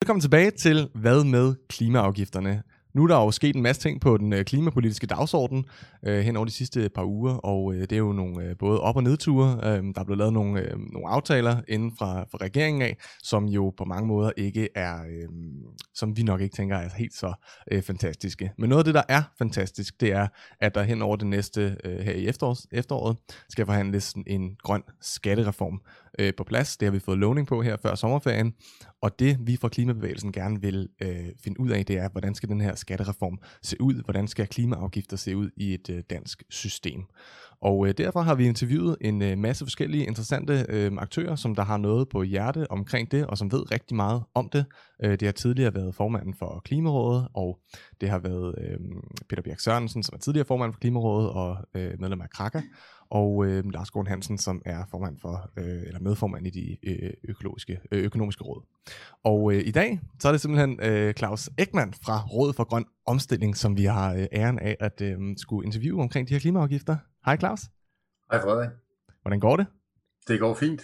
Velkommen tilbage til Hvad med klimaafgifterne? Nu er der jo sket en masse ting på den klimapolitiske dagsorden hen over de sidste par uger, og det er jo nogle både op- og nedture. Der er blevet lavet nogle aftaler inden fra regeringen af, som jo på mange måder ikke er, som vi nok ikke tænker er helt så fantastiske. Men noget af det, der er fantastisk, det er, at der hen over det næste her i efteråret skal forhandles en grøn skattereform på plads. Det har vi fået lovning på her før sommerferien, og det vi fra klimabevægelsen gerne vil finde ud af, det er, hvordan skal den her skattereform se ud? Hvordan skal klimaafgifter se ud i et dansk system? Og derfor har vi interviewet en masse forskellige interessante aktører, som der har noget på hjerte omkring det, og som ved rigtig meget om det. Det har tidligere været formanden for Klimarådet, og det har været Peter Birch Sørensen, som er tidligere formand for Klimarådet og medlem af Kraka, og Lars Gård Hansen, som er formand for, eller medformand i de økonomiske råd. Og i dag, så er det simpelthen Claus Ekman fra Rådet for Grøn Omstilling, som vi har æren af at skulle interviewe omkring de her klimaafgifter. Hej Claus. Hej Frederik. Hvordan går det? Det går fint.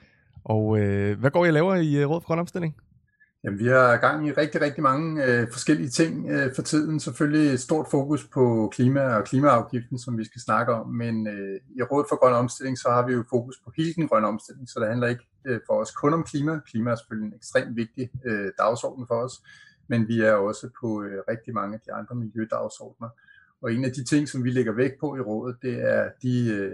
Og hvad går I og laver i Rådet for Grøn Omstilling? Jamen, vi har gang i rigtig, rigtig mange forskellige ting for tiden. Selvfølgelig et stort fokus på klima og klimaafgiften, som vi skal snakke om. Men i Rådet for Grøn Omstilling, så har vi jo fokus på hele den grønne omstilling. Så det handler ikke for os kun om klima. Klima er selvfølgelig en ekstremt vigtig dagsorden for os. Men vi er også på rigtig mange af de andre miljødagsordener. Og en af de ting, som vi lægger vægt på i rådet, det er de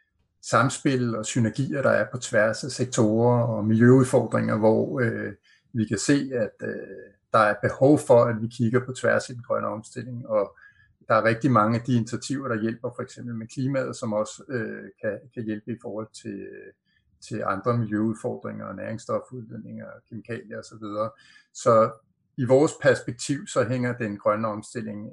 samspil og synergier, der er på tværs af sektorer og miljøudfordringer, hvor vi kan se, at der er behov for, at vi kigger på tværs i den grønne omstilling, og der er rigtig mange af de initiativer, der hjælper for eksempel med klimaet, som også kan hjælpe i forhold til andre miljøudfordringer, næringsstofudledninger, kemikalier osv. Så i vores perspektiv, så hænger den grønne omstilling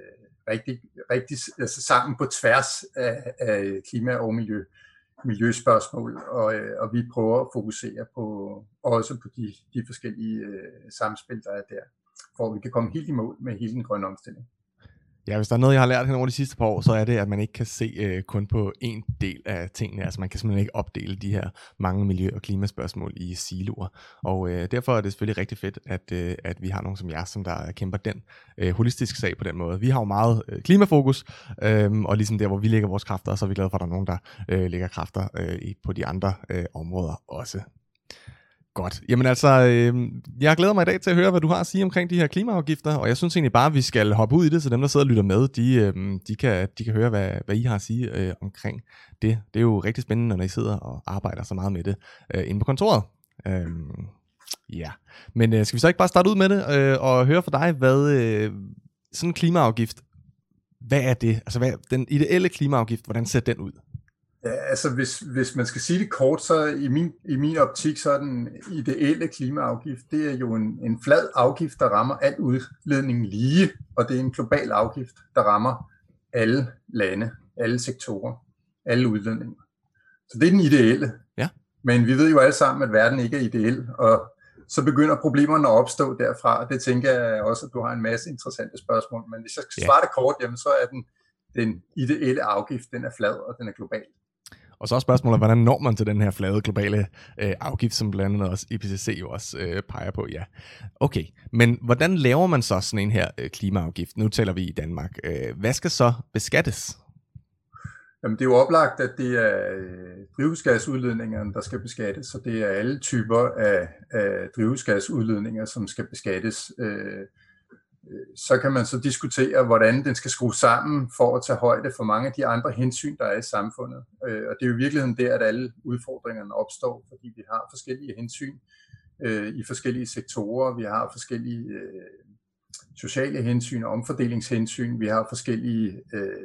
rigtig altså sammen på tværs af klima og miljøspørgsmål, og vi prøver at fokusere også på de forskellige samspil, der er der, for at vi kan komme helt i mål med hele den grønne omstilling. Ja, hvis der er noget, jeg har lært hen over de sidste par år, så er det, at man ikke kan se kun på en del af tingene. Altså man kan simpelthen ikke opdele de her mange miljø- og klimaspørgsmål i siloer. Og derfor er det selvfølgelig rigtig fedt, at vi har nogen som jer, som der kæmper den holistiske sag på den måde. Vi har jo meget klimafokus, og ligesom der, hvor vi lægger vores kræfter, så er vi glade for, at der er nogen, der lægger kræfter på de andre områder også. Godt. Jamen altså, jeg glæder mig i dag til at høre, hvad du har at sige omkring de her klimaafgifter, og jeg synes egentlig bare, at vi skal hoppe ud i det, så dem, der sidder og lytter med, de kan høre, hvad I har at sige omkring det. Det er jo rigtig spændende, når I sidder og arbejder så meget med det inde på kontoret. Ja, men skal vi så ikke bare starte ud med det og høre fra dig, hvad sådan en klimaafgift, hvad er det? Altså hvad, den ideelle klimaafgift, hvordan ser den ud? Ja, altså hvis man skal sige det kort, så i min optik, så er den ideelle klimaafgift, det er jo en flad afgift, der rammer al udledning lige, og det er en global afgift, der rammer alle lande, alle sektorer, alle udledninger. Så det er den ideelle. Ja. Men vi ved jo alle sammen, at verden ikke er ideel, og så begynder problemerne at opstå derfra, og det tænker jeg også, at du har en masse interessante spørgsmål, men hvis jeg skal svare det kort, jamen, så er den ideelle afgift, den er flad, og den er global. Og så er spørgsmålet, hvordan når man til den her flade globale afgift, som blandt andet også IPCC jo også peger på, ja. Okay, men hvordan laver man så sådan en her klimaafgift? Nu taler vi i Danmark. Hvad skal så beskattes? Jamen, det er jo oplagt, at det er drivhusgasudledningerne, der skal beskattes, så det er alle typer af drivhusgasudledninger, som skal beskattes. Så kan man så diskutere, hvordan den skal skrues sammen for at tage højde for mange af de andre hensyn, der er i samfundet. Og det er jo i virkeligheden der, at alle udfordringerne opstår, fordi vi har forskellige hensyn i forskellige sektorer. Vi har forskellige sociale hensyn og omfordelingshensyn. Vi har forskellige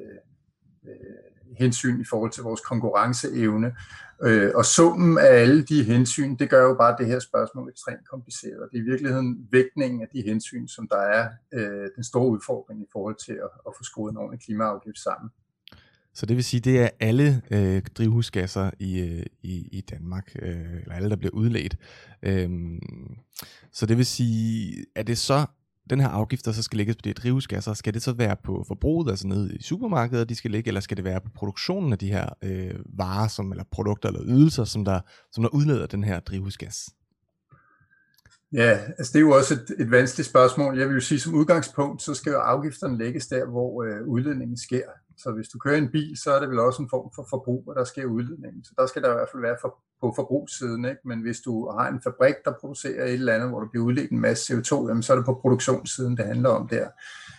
hensyn i forhold til vores konkurrenceevne. Og summen af alle de hensyn, det gør jo bare det her spørgsmål ekstremt kompliceret. Og det er i virkeligheden vægtningen af de hensyn, som der er den store udfordring i forhold til at få skruet en ordentlig klimaafgift sammen. Så det vil sige, det er alle drivhusgasser i Danmark, eller alle, der bliver udledt. Så det vil sige, er det så den her afgift, der så skal lægges på de drivhusgasser, skal det så være på forbruget, altså nede i supermarkedet, de skal ligge, eller skal det være på produktionen af de her varer, eller produkter eller ydelser, som der udleder den her drivhusgas? Ja, altså det er jo også et vanskeligt spørgsmål. Jeg vil jo sige, som udgangspunkt, så skal jo afgifterne lægges der, hvor udledningen sker. Så hvis du kører en bil, så er det vel også en form for forbrug, hvor der sker udledning. Så der skal der i hvert fald være på forbrugssiden, ikke? Men hvis du har en fabrik, der producerer et eller andet, hvor der bliver udledt en masse CO2, jamen, så er det på produktionssiden, det handler om der.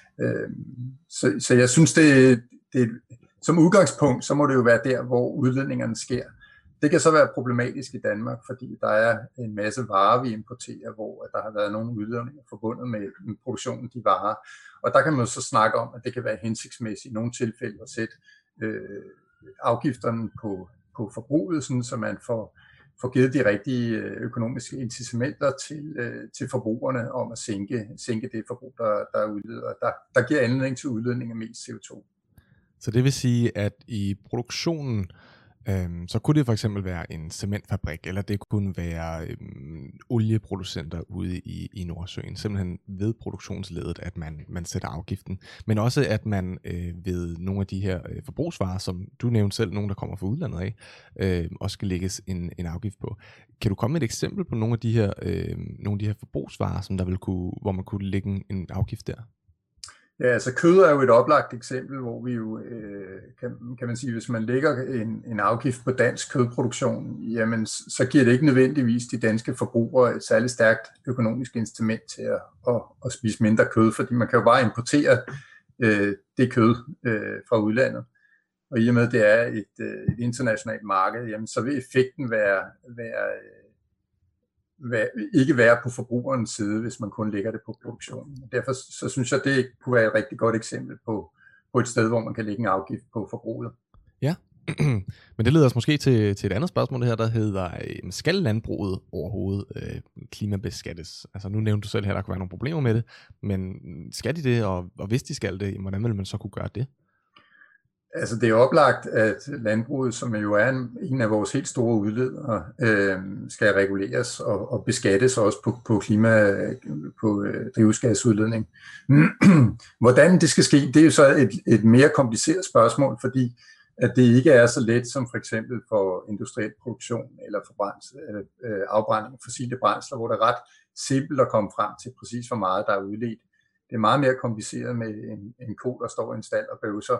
Så jeg synes, det som udgangspunkt, så må det jo være der, hvor udledningerne sker. Det kan så være problematisk i Danmark, fordi der er en masse varer, vi importerer, hvor der har været nogle udledninger forbundet med produktionen af de varer. Og der kan man så snakke om, at det kan være hensigtsmæssigt i nogle tilfælde at sætte afgifterne på forbruget, sådan, så man får givet de rigtige økonomiske incitamenter til forbrugerne om at sænke det forbrug, der udleder. Der giver anledning til udledning af mest CO2. Så det vil sige, at i produktionen, så kunne det for eksempel være en cementfabrik, eller det kunne være olieproducenter ude i Nordsøen, simpelthen ved produktionsledet, at man sætter afgiften. Men også at man ved nogle af de her forbrugsvarer, som du nævnte selv, nogle der kommer fra udlandet af, også skal lægges en afgift på. Kan du komme med et eksempel på nogle af de her forbrugsvarer, som der vil hvor man kunne lægge en afgift der? Ja, altså kød er jo et oplagt eksempel, hvor vi jo, kan man sige, hvis man lægger en afgift på dansk kødproduktion, jamen så giver det ikke nødvendigvis de danske forbrugere et særligt stærkt økonomisk incitament til at spise mindre kød, fordi man kan jo bare importere det kød fra udlandet. Og i og med, at det er et internationalt marked, jamen så vil effekten ikke være på forbrugerens side, hvis man kun lægger det på produktionen. Derfor så synes jeg, det kunne være et rigtig godt eksempel på et sted, hvor man kan lægge en afgift på forbruget. Ja, men det leder os måske til et andet spørgsmål her, der hedder, skal landbruget overhovedet klimabeskattes? Altså nu nævnte du selv her, der kan være nogle problemer med det, men skal de det, og hvis de skal det, hvordan vil man så kunne gøre det? Altså det er oplagt, at landbruget, som jo er en af vores helt store udledere, skal reguleres og beskattes også på drivhusgasudledning. Hvordan det skal ske, det er jo så et mere kompliceret spørgsmål, fordi at det ikke er så let som for eksempel for industriel produktion eller for afbrænding af fossile brændsler, hvor det er ret simpelt at komme frem til præcis hvor meget der er udledt. Det er meget mere kompliceret med en ko, der står i en stald og bøvser.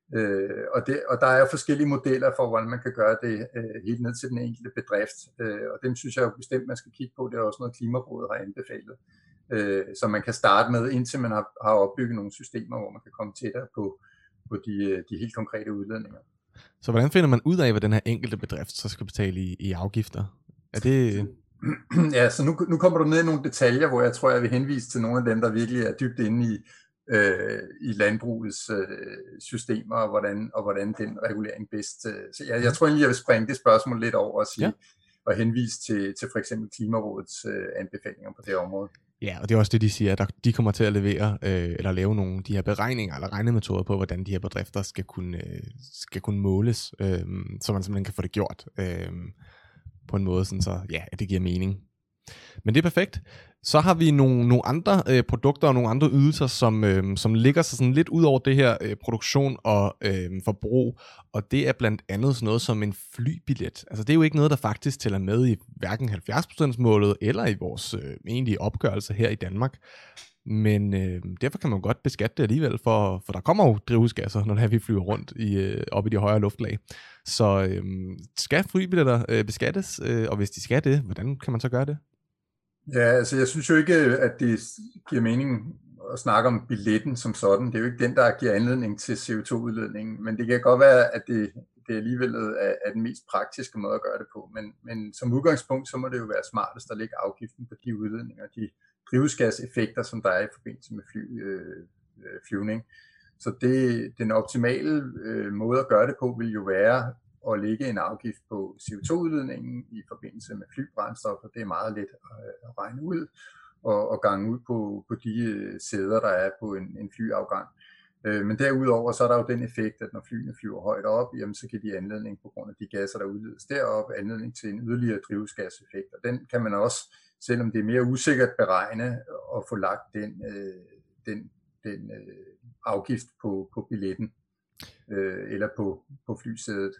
Og der er forskellige modeller for, hvordan man kan gøre det helt ned til den enkelte bedrift. Og dem synes jeg jo bestemt, man skal kigge på. Det er også noget, Klimarådet har anbefalet. Så man kan starte med, indtil man har opbygget nogle systemer, hvor man kan komme tættere på de helt konkrete udledninger. Så hvordan finder man ud af, hvad den her enkelte bedrift så skal betale i afgifter? Er det... Ja, så nu kommer du ned i nogle detaljer, hvor jeg tror, jeg vil henvise til nogle af dem, der virkelig er dybt inde i landbrugets systemer, og hvordan den regulering bedst. Så jeg tror egentlig, jeg vil springe det spørgsmål lidt over og sige, og henvise til for eksempel Klimarådets anbefalinger på det område. Ja, og det er også det, de siger, at de kommer til at levere eller lave nogle af de her beregninger eller regnemetoder på, hvordan de her bedrifter skal kunne måles, så man simpelthen kan få det gjort på en måde, sådan så at det giver mening. Men det er perfekt. Så har vi nogle andre produkter og nogle andre ydelser, som ligger sig sådan lidt ud over det her produktion og forbrug, og det er blandt andet sådan noget som en flybillet. Altså det er jo ikke noget, der faktisk tæller med i hverken 70%-målet eller i vores egentlige opgørelse her i Danmark. Men derfor kan man godt beskatte det alligevel, for der kommer jo drivhusgasser, når vi flyver rundt op i de højere luftlag. Så skal flybilletter beskattes, og hvis de skal det, hvordan kan man så gøre det? Ja, altså jeg synes jo ikke, at det giver mening at snakke om billetten som sådan. Det er jo ikke den, der giver anledning til CO2-udledningen, men det kan godt være, at det alligevel er den mest praktiske måde at gøre det på. Men som udgangspunkt, så må det jo være smartest at lægge afgiften på de udledninger, de drivhusgaseffekter, som der er i forbindelse med flyvning. Så den optimale måde at gøre det på vil jo være at lægge en afgift på CO2-udledningen i forbindelse med flybrændstoffer. Det er meget let at regne ud og gange ud på de sæder, der er på en flyafgang. Men derudover så er der jo den effekt, at når flyene flyver højt op, jamen, så giver de anledning på grund af de gasser, der udledes deroppe, anledning til en yderligere drivhusgaseffekt. Og den kan man også, selvom det er mere usikkert, beregne og få lagt den afgift på billetten eller på flysædet.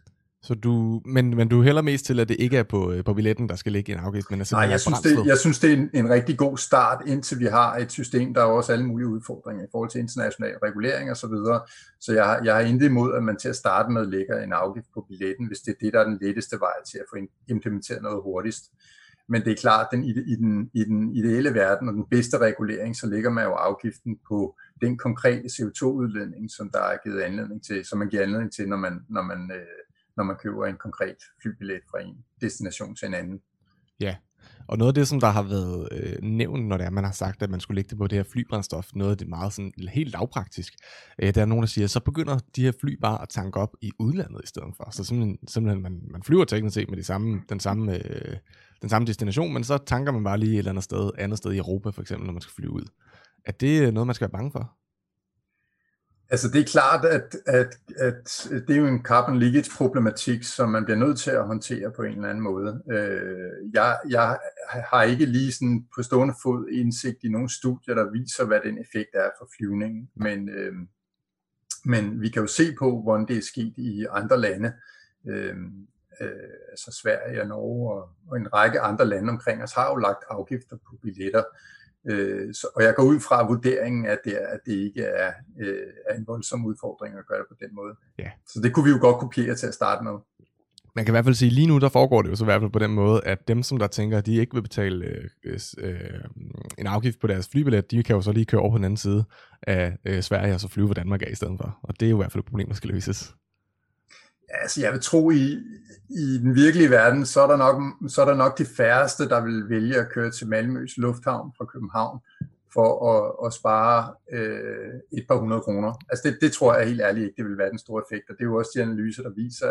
Så men du hælder mest til, at det ikke er på billetten, der skal ligge en afgift, men Nej, jeg synes, det er en rigtig god start, indtil vi har et system, der er også alle mulige udfordringer i forhold til international regulering og så videre. Så jeg har intet imod, at man til at starte med lægger en afgift på billetten, hvis det er det, der er den letteste vej til at få implementeret noget hurtigst. Men det er klart, at i den ideelle verden og den bedste regulering, så lægger man jo afgiften på den konkrete CO2-udledning, som der er givet anledning til, som man giver anledning til, når man køber en konkret flybillet fra en destination til en anden. Ja, og noget af det, som der har været nævnt, når det er, man har sagt, at man skulle lægge det på det her flybrændstof, noget af det meget sådan helt lavpraktisk, der er nogen, der siger, så begynder de her fly bare at tanke op i udlandet i stedet for. Så simpelthen man flyver teknisk set med den samme destination, men så tanker man bare lige et eller andet sted i Europa, for eksempel, når man skal flyve ud. Er det noget, man skal være bange for? Altså det er klart, at det er jo en carbon leakage problematik, som man bliver nødt til at håndtere på en eller anden måde. Jeg har ikke lige sådan på stående fod indsigt i nogle studier, der viser, hvad den effekt er for flyvningen. Men vi kan jo se på, hvordan det er sket i andre lande. Altså Sverige og Norge og en række andre lande omkring os har jo lagt afgifter på billetter. Og jeg går ud fra vurderingen, at det ikke er en voldsom udfordring at gøre det på den måde. Ja. Så det kunne vi jo godt kopiere til at starte med. Man kan i hvert fald sige, at lige nu der foregår det jo så i hvert fald på den måde, at dem, som der tænker, at de ikke vil betale en afgift på deres flybillet, de kan jo så lige køre over på den anden side af Sverige og så flyve, hvor Danmark er i stedet for. Og det er jo i hvert fald et problem, der skal løses. Altså jeg vil tro, i den virkelige verden, så er der nok de færreste, der vil vælge at køre til Malmøs lufthavn fra København for at spare et par 100 kroner. Altså det tror jeg helt ærligt ikke, det vil være den store effekt. Og det er jo også de analyser, der viser,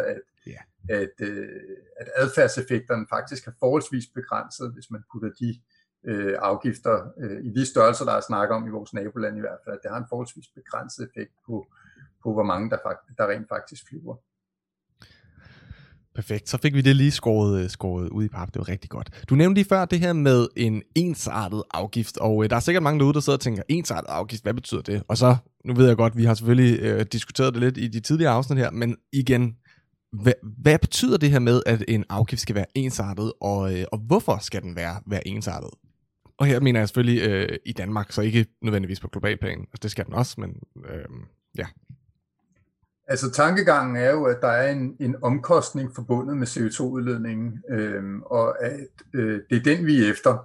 at adfærdseffekterne faktisk er forholdsvis begrænset, hvis man putter de afgifter i de størrelser, der er snakket om i vores naboland i hvert fald. At det har en forholdsvis begrænset effekt på hvor mange der rent faktisk flyver. Perfekt, så fik vi det lige skåret ud i pap, det var rigtig godt. Du nævnte lige før det her med en ensartet afgift, og der er sikkert mange derude, der sidder og tænker, ensartet afgift, hvad betyder det? Og så, nu ved jeg godt, vi har selvfølgelig diskuteret det lidt i de tidligere afsnit her, men igen, hvad betyder det her med, at en afgift skal være ensartet, og hvorfor skal den være ensartet? Og her mener jeg selvfølgelig i Danmark, så ikke nødvendigvis på global plan, altså det skal den også, men ja. Altså tankegangen er jo, at der er en omkostning forbundet med CO2-udledningen, og at det er den, vi er efter,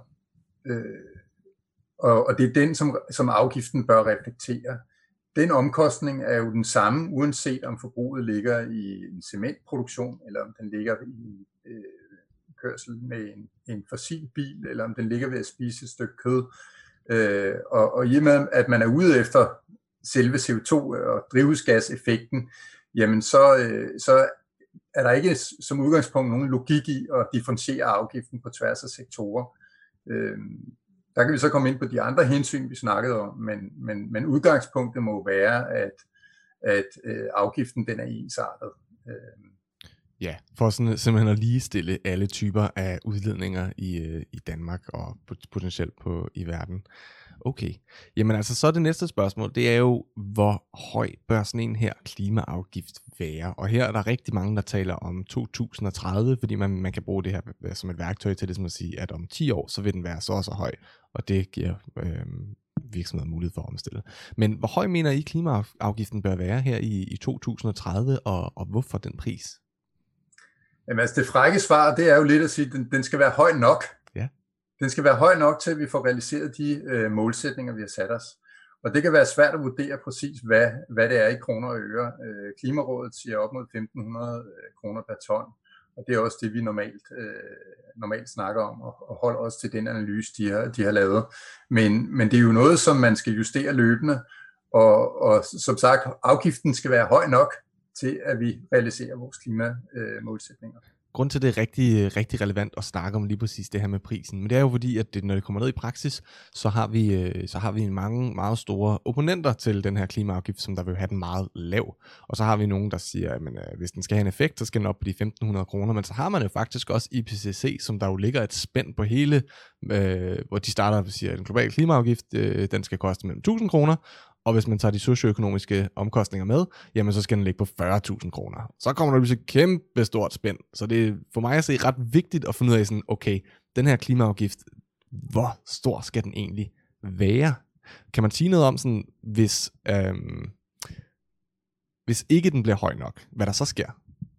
og det er den, som afgiften bør reflektere. Den omkostning er jo den samme, uanset om forbruget ligger i en cementproduktion, eller om den ligger i kørsel med en fossil bil, eller om den ligger ved at spise et stykke kød. Og i og med, at man er ude efter selve CO2 og drivhusgaseffekten, jamen så er der ikke som udgangspunkt nogen logik i at differentiere afgiften på tværs af sektorer. Der kan vi så komme ind på de andre hensyn, vi snakkede om, men udgangspunktet må være, at afgiften den er ensartet. Ja, for sådan, simpelthen at ligestille alle typer af udledninger i Danmark og potentielt i verden. Okay, jamen altså så det næste spørgsmål, det er jo, hvor høj bør sådan en her klimaafgift være? Og her er der rigtig mange, der taler om 2030, fordi man kan bruge det her som et værktøj til det, som at sige, at om 10 år, så vil den være så høj, og det giver virksomheder mulighed for at omstille. Men hvor høj mener I klimaafgiften bør være her i 2030, og hvorfor den pris? Jamen altså det frække svar, det er jo lidt at sige, at den skal være høj nok. Ja. Den skal være høj nok til, at vi får realiseret de målsætninger, vi har sat os. Og det kan være svært at vurdere præcis, hvad det er i kroner og øre. Klimarådet siger op mod 1.500 kroner per ton, og det er også det, vi normalt snakker om, og holder os til den analyse, de har lavet. Men det er jo noget, som man skal justere løbende, og som sagt, afgiften skal være høj nok til, at vi realiserer vores klimamålsætninger. Grunden til, at det er rigtig, rigtig relevant at snakke om lige præcis det her med prisen, men det er jo fordi, at når det kommer ned i praksis, så har vi mange meget store opponenter til den her klimaafgift, som der vil have den meget lav. Og så har vi nogen, der siger, at hvis den skal have en effekt, så skal den op på de 1.500 kroner, men så har man jo faktisk også IPCC, som der jo ligger et spænd på hele, hvor de starter og siger, at den globale klimaafgift, den skal koste mellem 1.000 kroner, og hvis man tager de socioøkonomiske omkostninger med, jamen så skal den ligge på 40.000 kroner. Så kommer der pludselig et kæmpe stort spænd. Så det er for mig at se ret vigtigt at finde ud af sådan, okay, den her klimaafgift, hvor stor skal den egentlig være? Kan man sige noget om sådan, hvis ikke den bliver høj nok, hvad der så sker?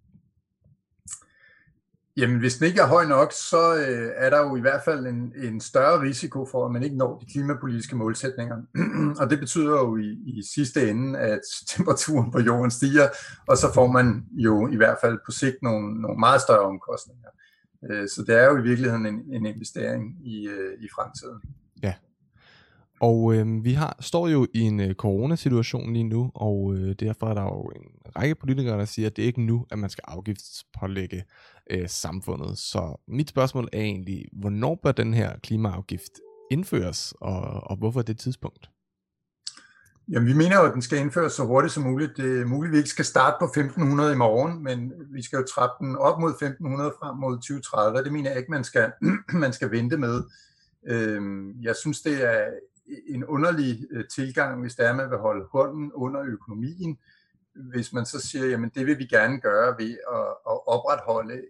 Jamen, hvis den ikke er høj nok, så er der jo i hvert fald en større risiko for, at man ikke når de klimapolitiske målsætninger. Og det betyder jo i sidste ende, at temperaturen på jorden stiger, og så får man jo i hvert fald på sigt nogle meget større omkostninger. Så det er jo i virkeligheden en investering i fremtiden. Ja. Og vi står jo i en coronasituation lige nu, og derfor er der jo en række politikere, der siger, at det er ikke nu, at man skal afgiftspålægge samfundet. Så mit spørgsmål er egentlig, hvornår bør den her klimaafgift indføres, og hvorfor det tidspunkt? Jamen, vi mener jo, at den skal indføres så hurtigt som muligt. Det er muligt, at vi ikke skal starte på 1500 i morgen, men vi skal jo trappe den op mod 1500 frem mod 2030, og det mener jeg ikke, man skal vente med. Jeg synes, det er en underlig tilgang, hvis det er, at man vil holde hånden under økonomien, hvis man så siger, jamen det vil vi gerne gøre ved at opretholde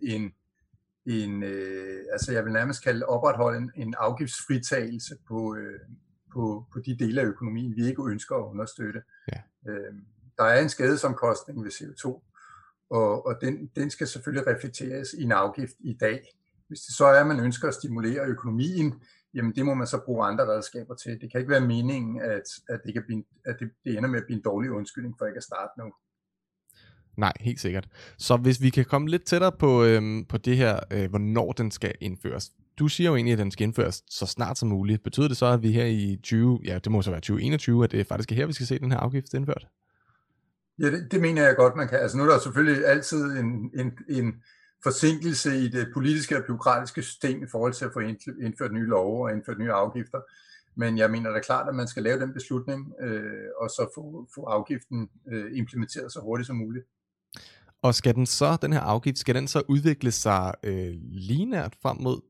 altså jeg vil nærmest opretholde en afgiftsfritagelse på de dele af økonomien, vi ikke ønsker at understøtte. Ja. Der er en skadesomkostning ved CO2, og den skal selvfølgelig reflekteres i en afgift i dag. Hvis det så er, at man ønsker at stimulere økonomien, jamen det må man så bruge andre redskaber til. Det kan ikke være meningen, at det ender med at blive en dårlig undskyldning for ikke at starte nu. Nej, helt sikkert. Så hvis vi kan komme lidt tættere på det her, hvornår den skal indføres. Du siger jo egentlig, at den skal indføres så snart som muligt. Betyder det så, at vi her i det må så være 2021, at det faktisk er her, vi skal se den her afgift indført? Ja, det mener jeg godt, man kan. Altså nu er der selvfølgelig altid en forsinkelse i det politiske og bureaukratiske system i forhold til at få indført nye love og indført nye afgifter. Men jeg mener da klart, at man skal lave den beslutning, og så få afgiften implementeret så hurtigt som muligt. Og skal den her afgift, skal den så udvikle sig lineært frem mod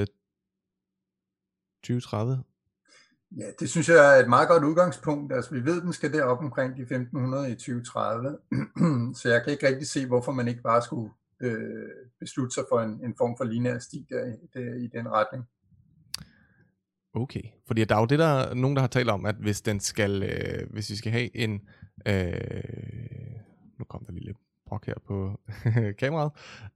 2030? Ja, det synes jeg er et meget godt udgangspunkt. Altså vi ved, at den skal derop omkring de 1500 i 2030, så jeg kan ikke rigtig se, hvorfor man ikke bare skulle beslutte sig for en form for lineær stig der i den retning. Okay, fordi der er jo det, der nogen, der har talt om, at hvis den skal, hvis vi skal have en, nu kom der lige lidt brok her på kameraet,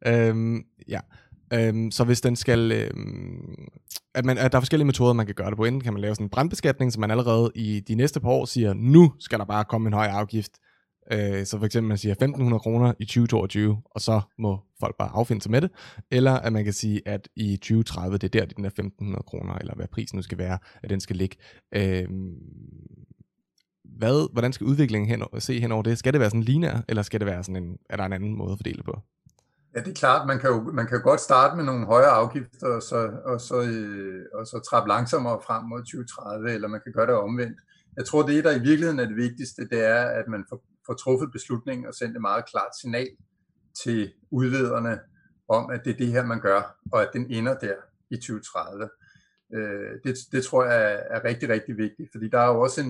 så hvis den skal, at der er forskellige metoder, man kan gøre det på. Enten kan man lave sådan en brandbeskatning, så man allerede i de næste par år siger, nu skal der bare komme en høj afgift. Så for eksempel man siger 1.500 kroner i 2022, og så må folk bare affinde sig med det. Eller at man kan sige, at i 2030, det er der, den er 1.500 kroner, eller hvad prisen nu skal være, at den skal ligge. Hvordan skal udviklingen se hen over det? Skal det være sådan lineær, eller skal det være sådan er der en anden måde at fordele på? Ja, det er klart, man kan jo godt starte med nogle højere afgifter, og så trappe langsommere frem mod 2030, eller man kan gøre det omvendt. Jeg tror, det der i virkeligheden er det vigtigste, det er, at man får truffet beslutningen og sendt et meget klart signal til udlederne om, at det er det her, man gør, og at den ender der i 2030. Det tror jeg er rigtig, rigtig vigtigt, fordi der er jo også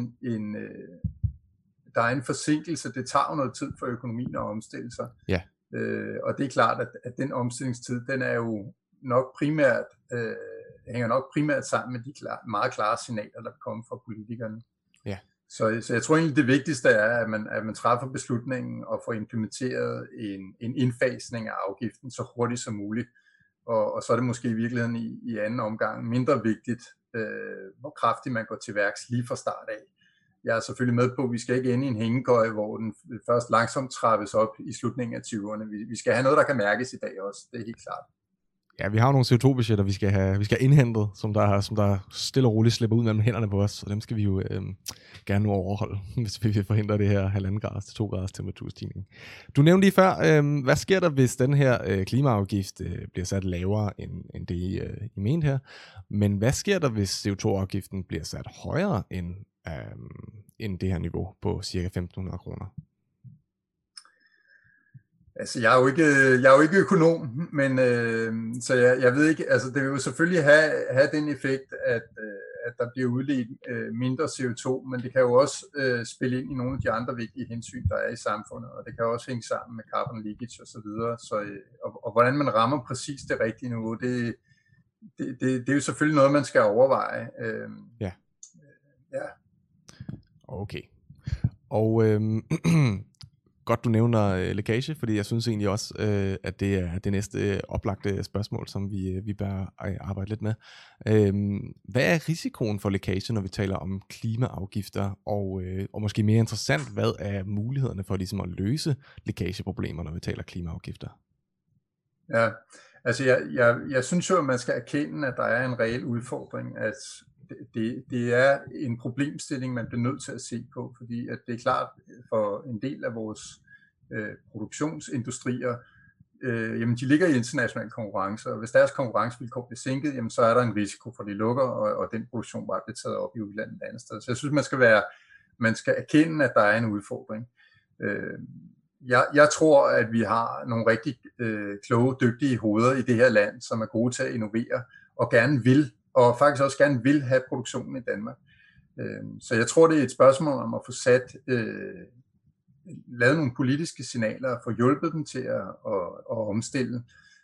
en forsinkelse. Det tager jo noget tid for økonomien at omstille sig. Ja. Og det er klart, at den omstillingstid, den er jo nok hænger nok primært sammen med de meget klare signaler, der kommer fra politikerne. Ja. Så jeg tror egentlig, det vigtigste er, at man træffer beslutningen og får implementeret en indfasning af afgiften så hurtigt som muligt. Og så er det måske i virkeligheden i anden omgang mindre vigtigt, hvor kraftigt man går til værks lige fra start af. Jeg er selvfølgelig med på, at vi skal ikke ende i en hængekøje, hvor den først langsomt trappes op i slutningen af 20'erne. Vi skal have noget, der kan mærkes i dag også, det er helt klart. Ja, vi har jo nogle CO2-budgetter, vi skal indhente, som der stille og roligt slipper ud mellem hænderne på os, og dem skal vi jo gerne nu overholde, hvis vi vil forhindre det her 1,5 grader til 2 graders temperaturstigning. Du nævnte lige før, hvad sker der, hvis den her klimaafgift bliver sat lavere end det, I mente her? Men hvad sker der, hvis CO2-afgiften bliver sat højere end det her niveau på ca. 1.500 kroner? Altså, jeg er jo ikke økonom, men så jeg ved ikke, altså det vil jo selvfølgelig have den effekt, at at der bliver udledt mindre CO2, men det kan jo også spille ind i nogle af de andre vigtige hensyn, der er i samfundet, og det kan også hænge sammen med carbon leakage og så videre. Og hvordan man rammer præcis det rigtige niveau, det er jo selvfølgelig noget, man skal overveje. Ja. Ja. Okay. Og godt, du nævner lækage, fordi jeg synes egentlig også, at det er det næste oplagte spørgsmål, som vi bør arbejde lidt med. Hvad er risikoen for lækage, når vi taler om klimaafgifter, og måske mere interessant, hvad er mulighederne for ligesom at løse lækageproblemer, når vi taler klimaafgifter? Ja, altså jeg synes jo, at man skal erkende, at der er en reel udfordring, at det er en problemstilling, man bliver nødt til at se på, fordi at det er klart for en del af vores produktionsindustrier, jamen de ligger i international konkurrence, og hvis deres konkurrencevilkår bliver sænket, jamen så er der en risiko for, at de lukker, og den produktion bare bliver taget op i udlandet et andet sted. Så jeg synes, man skal erkende, at der er en udfordring. Jeg tror, at vi har nogle rigtig kloge, dygtige hoveder i det her land, som er gode til at innovere, og gerne vil, og faktisk også gerne vil have produktionen i Danmark. Så jeg tror, det er et spørgsmål om at få lavet nogle politiske signaler, og få hjulpet dem til at omstille,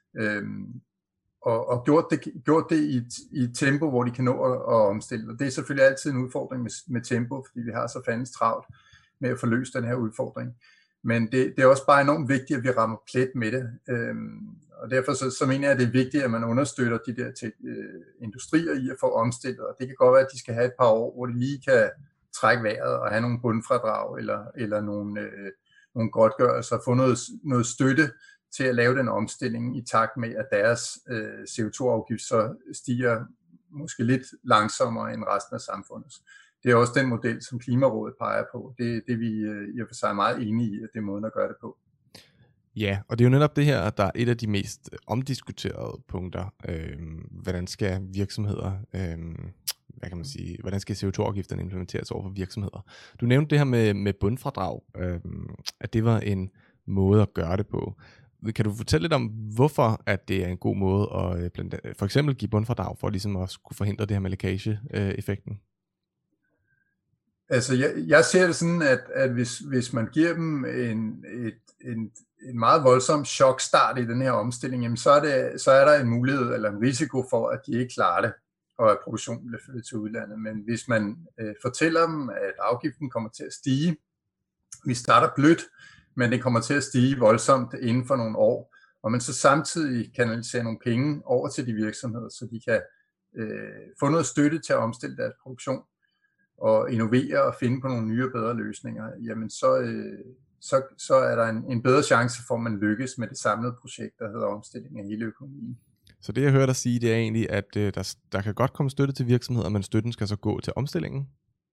og gjort det i et tempo, hvor de kan nå at omstille. Og det er selvfølgelig altid en udfordring med tempo, fordi vi har så fandens travlt med at få løst den her udfordring. Men det er også bare enormt vigtigt, at vi rammer plet med det. Og derfor så mener jeg, at det er vigtigt, at man understøtter de der industrier i at få omstillet. Og det kan godt være, at de skal have et par år, hvor de lige kan trække vejret og have nogle bundfradrag eller nogle godtgørelser, og få noget støtte til at lave den omstilling i takt med, at deres CO2-afgift så stiger måske lidt langsommere end resten af samfundet. Det er også den model, som Klimarådet peger på. Det er vi i og for sig meget enige i, at det er måden at gøre det på. Ja, og det er jo netop det her, at der er et af de mest omdiskuterede punkter. Hvordan skal virksomheder, hvordan skal CO2-afgifterne implementeres over for virksomheder? Du nævnte det her med bundfradrag, at det var en måde at gøre det på. Kan du fortælle lidt om, hvorfor at det er en god måde at for eksempel give bundfradrag for ligesom at kunne forhindre det her med lækage-effekten? Altså, jeg ser det sådan, at hvis man giver dem en meget voldsom chokstart i den her omstilling, jamen så er der en mulighed eller en risiko for, at de ikke klarer det, og at produktionen bliver flyttet til udlandet. Men hvis man fortæller dem, at afgiften kommer til at stige, vi starter blødt, men det kommer til at stige voldsomt inden for nogle år, og man så samtidig kanaliserer nogle penge over til de virksomheder, så de kan få noget støtte til at omstille deres produktion, og innovere og finde på nogle nye og bedre løsninger, jamen så er der en bedre chance for, at man lykkes med det samlede projekt, der hedder omstilling af hele økonomien. Så det jeg hører dig sige, det er egentlig, at der kan godt komme støtte til virksomheder, men støtten skal så gå til omstillingen?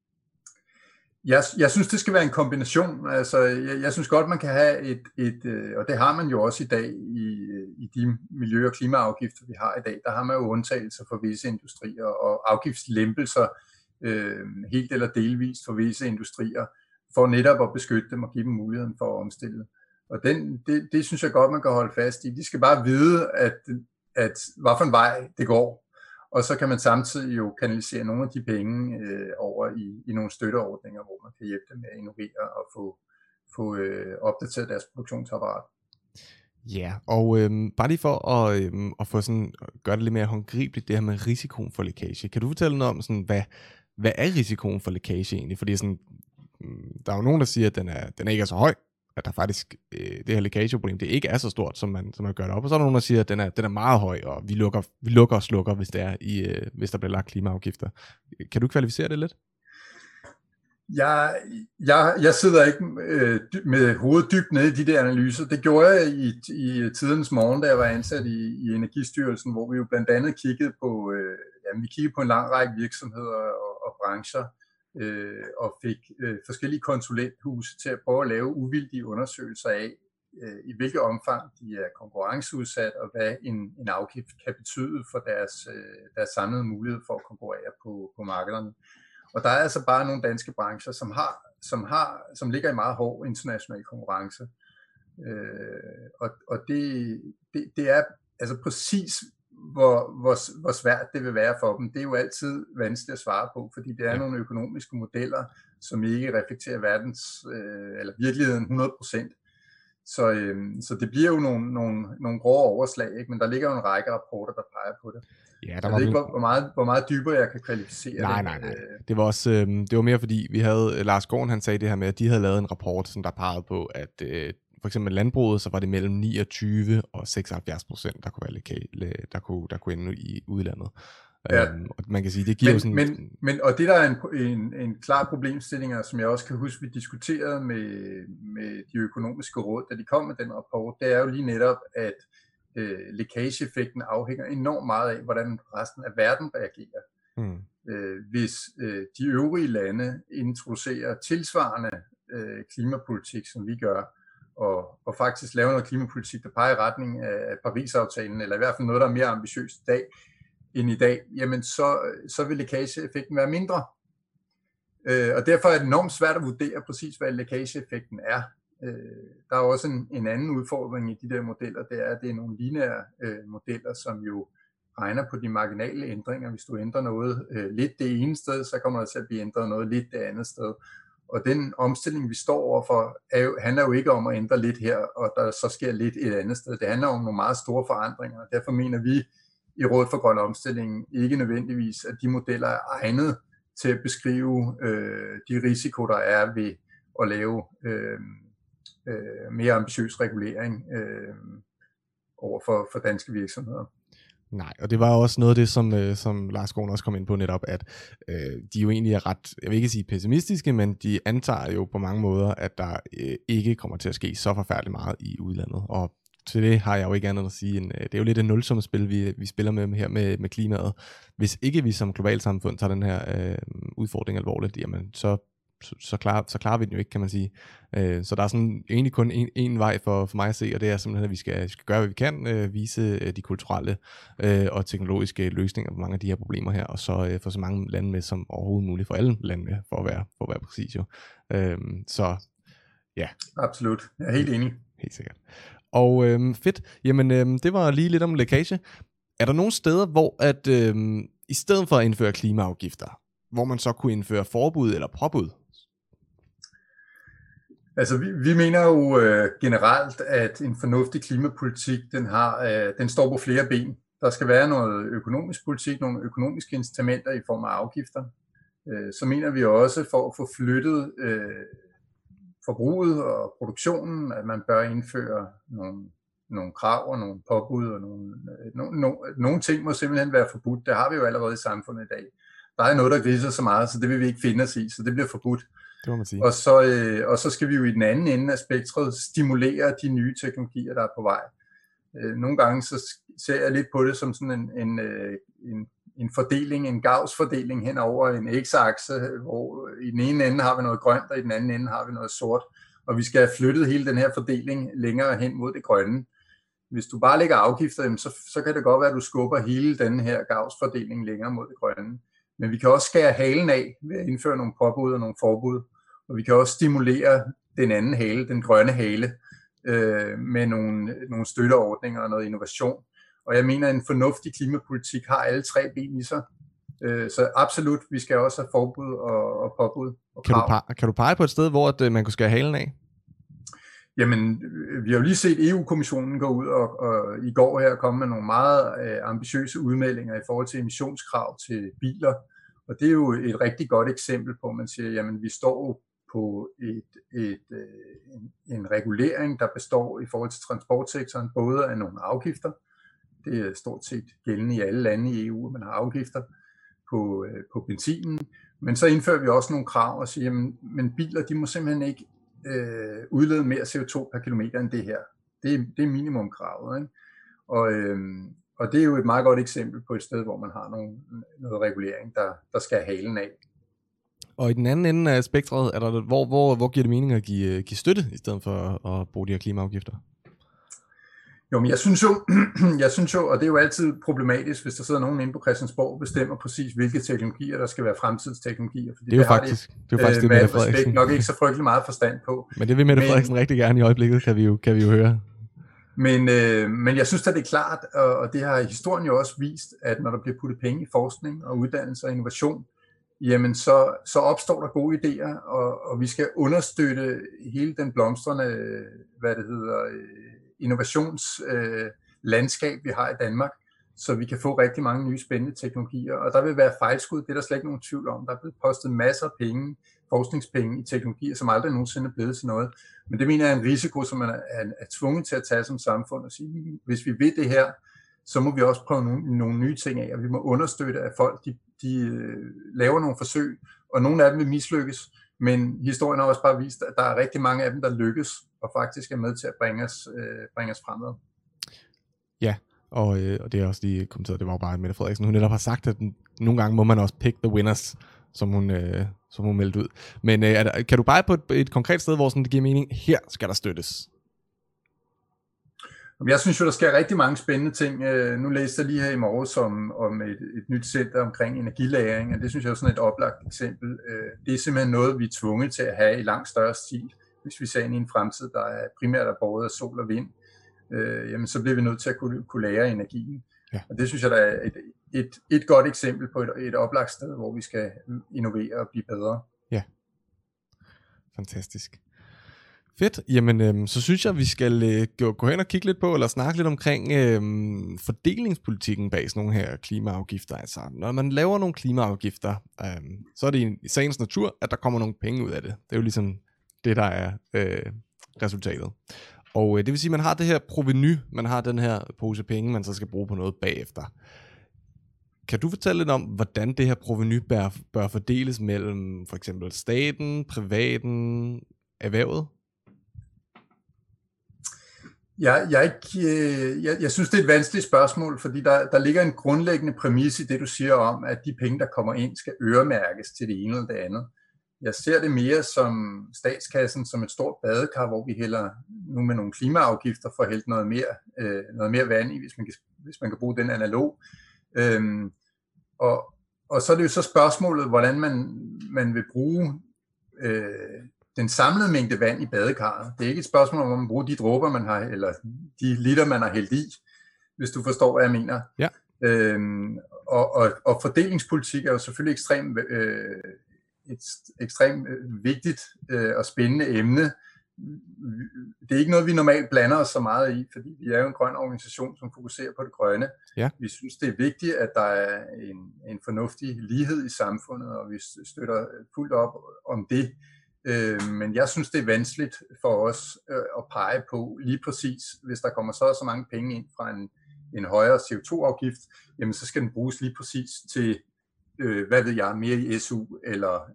Jeg synes, det skal være en kombination. Altså, jeg synes godt, man kan have og det har man jo også i dag i de miljø- og klimaafgifter, vi har i dag. Der har man jo undtagelser for visse industrier og afgiftslempelser, helt eller delvist for visse industrier, for netop at beskytte dem og give dem muligheden for at omstille. Og det synes jeg godt, man kan holde fast i. De skal bare vide, at hvad for en vej det går. Og så kan man samtidig jo kanalisere nogle af de penge over i nogle støtteordninger, hvor man kan hjælpe dem med at innovere og få opdateret deres produktionsapparat. Ja, og bare lige for at få sådan, gøre det lidt mere håndgribeligt, det her med risikoen for lækage. Kan du fortælle noget om, sådan, hvad er risikoen for lækage egentlig? Fordi sådan, der er jo nogen, der siger, at den ikke er så høj, at der faktisk det her lækageproblem, det ikke er så stort, som man gør det op. Og så er der nogen, der siger, at den er meget høj, og vi lukker og slukker, hvis der bliver lagt klimaafgifter. Kan du kvalificere det lidt? Jeg sidder ikke med hovedet dybt nede i de der analyser. Det gjorde jeg i tidens morgen, da jeg var ansat i Energistyrelsen, hvor vi jo blandt andet kiggede på, vi kiggede på en lang række virksomheder og brancher, og fik forskellige konsulenthuse til at prøve at lave uvildige undersøgelser af, i hvilket omfang de er konkurrenceudsat, og hvad en afgift kan betyde for deres samlede mulighed for at konkurrere på markederne. Og der er altså bare nogle danske brancher, som ligger i meget hård international konkurrence. Og det er altså præcis, hvor svært det vil være for dem, det er jo altid vanskeligt at svare på, fordi det er nogle økonomiske modeller, som ikke reflekterer verdens eller virkeligheden 100%. Så det bliver jo nogle grove overslag, ikke? Men der ligger jo en række rapporter, der peger på det. Ja, jeg ved ikke, hvor meget dybere jeg kan kvalificere det. Nej. Det var også, det var mere fordi, vi havde, Lars Gården, han sagde det her med, at de havde lavet en rapport, som der pegede på, at for eksempel landbruget, så var det mellem 29 og 76%, der kunne være der kunne ende i udlandet. Ja. Og man kan sige, det giver jo sådan... Men og det der er en klar problemstilling, som jeg også kan huske, vi diskuterede med de økonomiske råd, da de kom med den rapport, det er jo lige netop, at lækageeffekten afhænger enormt meget af, hvordan resten af verden reagerer. Hvis de øvrige lande introducerer tilsvarende klimapolitik, som vi gør, og faktisk laver noget klimapolitik, der peger i retning af Paris-aftalen, eller i hvert fald noget, der er mere ambitiøst end i dag, jamen så vil lækageeffekten være mindre. Og derfor er det enormt svært at vurdere præcis, hvad lækageeffekten er. Der er også en anden udfordring i de der modeller, det er, at det er nogle lineære modeller, som jo regner på de marginale ændringer. Hvis du ændrer noget lidt det ene sted, så kommer der til at blive ændret noget lidt det andet sted. Og den omstilling, vi står overfor, handler jo ikke om at ændre lidt her, og der så sker lidt et andet sted. Det handler om nogle meget store forandringer, og derfor mener vi i Rådet for Grøn Omstilling ikke nødvendigvis, at de modeller er egnet til at beskrive de risiko, der er ved at lave mere ambitiøs regulering over for danske virksomheder. Nej, og det var også noget af det, som Lars Gården også kom ind på netop, at de jo egentlig er ret, jeg vil ikke sige pessimistiske, men de antager jo på mange måder, at der ikke kommer til at ske så forfærdeligt meget i udlandet. Og til det har jeg jo ikke andet at sige, end det er jo lidt et nulsumspil, vi spiller med her med klimaet. Hvis ikke vi som globalt samfund tager den her udfordring alvorligt, jamen så klarer vi den jo ikke, kan man sige. Så der er sådan egentlig kun en vej for mig at se, og det er simpelthen, at vi skal gøre, hvad vi kan, vise de kulturelle og teknologiske løsninger på mange af de her problemer her, og så få så mange lande med som overhovedet muligt, for alle lande med, for at være præcis jo. Så ja. Absolut, jeg er helt enig. Helt sikkert. Og fedt, jamen det var lige lidt om lækage. Er der nogle steder, hvor at i stedet for at indføre klimaafgifter, hvor man så kunne indføre forbud eller påbud? Altså vi mener jo generelt, at en fornuftig klimapolitik, den står på flere ben. Der skal være noget økonomisk politik, nogle økonomiske incitamenter i form af afgifter. Så mener vi også, for at få flyttet forbruget og produktionen, at man bør indføre nogle krav og nogle påbud, og nogle ting må simpelthen være forbudt. Det har vi jo allerede i samfundet i dag. Der er noget, der griser så meget, så det vil vi ikke finde os i, så det bliver forbudt. Det må man sige. Og så skal vi jo i den anden ende af spektret stimulere de nye teknologier, der er på vej. Nogle gange så ser jeg lidt på det som sådan en fordeling, en Gauss-fordeling hen over en x-akse, hvor i den ene ende har vi noget grønt, og i den anden ende har vi noget sort. Og vi skal have flyttet hele den her fordeling længere hen mod det grønne. Hvis du bare lægger afgifter, så kan det godt være, at du skubber hele den her Gauss-fordeling længere mod det grønne. Men vi kan også skære halen af ved at indføre nogle påbud og nogle forbud. Og vi kan også stimulere den anden hale, den grønne hale, med nogle støtteordninger og noget innovation. Og jeg mener, at en fornuftig klimapolitik har alle tre ben i sig. Så absolut, vi skal også have forbud og påbud og krav. Kan du pege på et sted, hvor man kunne skære halen af? Jamen, vi har jo lige set EU-kommissionen gå ud og i går her komme med nogle meget ambitiøse udmeldinger i forhold til emissionskrav til biler. Og det er jo et rigtig godt eksempel på, at man siger, jamen vi står på en regulering, der består i forhold til transportsektoren, både af nogle afgifter. Det er stort set gældende i alle lande i EU, at man har afgifter på benzinen. Men så indfører vi også nogle krav og siger, jamen, men biler, de må simpelthen ikke udlede mere CO2 per kilometer end det her. Det er minimumkravet, ikke? Og det er jo et meget godt eksempel på et sted, hvor man har noget regulering, der skal have halen af. Og i den anden ende af spektret, er der, hvor giver det mening at give støtte, i stedet for at bruge de her klimaafgifter? Jo, men jeg synes jo, og det er jo altid problematisk, hvis der sidder nogen inde på Christiansborg og bestemmer præcis, hvilke teknologier, der skal være fremtidsteknologier. Fordi det er jo faktisk det, Mette Frederiksen nok ikke så frygtelig meget forstand på. Men det vil Mette Frederiksen rigtig gerne i øjeblikket, kan vi jo høre. Men jeg synes, at det er klart, og det har historien jo også vist, at når der bliver puttet penge i forskning og uddannelse og innovation, jamen så opstår der gode idéer, og vi skal understøtte hele den blomstrende, innovationslandskab, vi har i Danmark, så vi kan få rigtig mange nye spændende teknologier. Og der vil være fejlskud, det er der slet ikke nogen tvivl om. Der er blevet postet masser af penge, forskningspenge i teknologier, som aldrig nogensinde er blevet til noget. Men det mener jeg er en risiko, som man er tvunget til at tage som samfund og sige, hvis vi vil det her, så må vi også prøve nogle nye ting af, og vi må understøtte, at folk de laver nogle forsøg, og nogle af dem vil mislykkes, men historien har også bare vist, at der er rigtig mange af dem, der lykkes, og faktisk er med til at bringe os fremad. Ja, og det er også lige kommenteret, det var jo bare Mette Frederiksen, hun netop har sagt, at nogle gange må man også pick the winners, som hun meldte ud. Men kan du bare på et konkret sted, hvor sådan, det giver mening, her skal der støttes? Jeg synes jo, der sker rigtig mange spændende ting. Nu læste jeg lige her i morges om et nyt center omkring energilagring, og det synes jeg er sådan et oplagt eksempel. Det er simpelthen noget, vi er tvunget til at have i langt større stil. Hvis vi ser ind i en fremtid, der er primært er båret af sol og vind, jamen så bliver vi nødt til at kunne lagre energien. Ja. Og det synes jeg, der er et godt eksempel på et oplagt sted, hvor vi skal innovere og blive bedre. Ja, fantastisk. Fedt. Jamen, så synes jeg, vi skal gå hen og kigge lidt på, eller snakke lidt omkring fordelingspolitikken bag sådan nogle her klimaafgifter. Altså, når man laver nogle klimaafgifter, så er det i sagens natur, at der kommer nogle penge ud af det. Det er jo ligesom det, der er resultatet. Og det vil sige, at man har det her provenu, man har den her pose penge, man så skal bruge på noget bagefter. Kan du fortælle lidt om, hvordan det her provenu bør fordeles mellem for eksempel staten, privaten, erhvervet? Jeg synes, det er et vanskeligt spørgsmål, fordi der ligger en grundlæggende præmis i det, du siger om, at de penge, der kommer ind, skal øremærkes til det ene eller det andet. Jeg ser det mere som statskassen, som et stort badekar, hvor vi hælder nu med nogle klimaafgifter for at hælde noget mere vand i, hvis man kan bruge den analog. Og så er det jo så spørgsmålet, hvordan man vil bruge den samlede mængde vand i badekarret. Det er ikke et spørgsmål om, man bruger de dråber, man har, eller de liter, man har hældt i, hvis du forstår, hvad jeg mener. Ja. Og fordelingspolitik er jo selvfølgelig ekstremt vigtigt og spændende emne. Det er ikke noget, vi normalt blander os så meget i, fordi vi er jo en grøn organisation, som fokuserer på det grønne. Ja. Vi synes, det er vigtigt, at der er en fornuftig lighed i samfundet, og vi støtter fuldt op om det. Men jeg synes, det er vanskeligt for os at pege på lige præcis, hvis der kommer så mange penge ind fra en højere CO2-afgift, jamen så skal den bruges lige præcis til, mere i SU, eller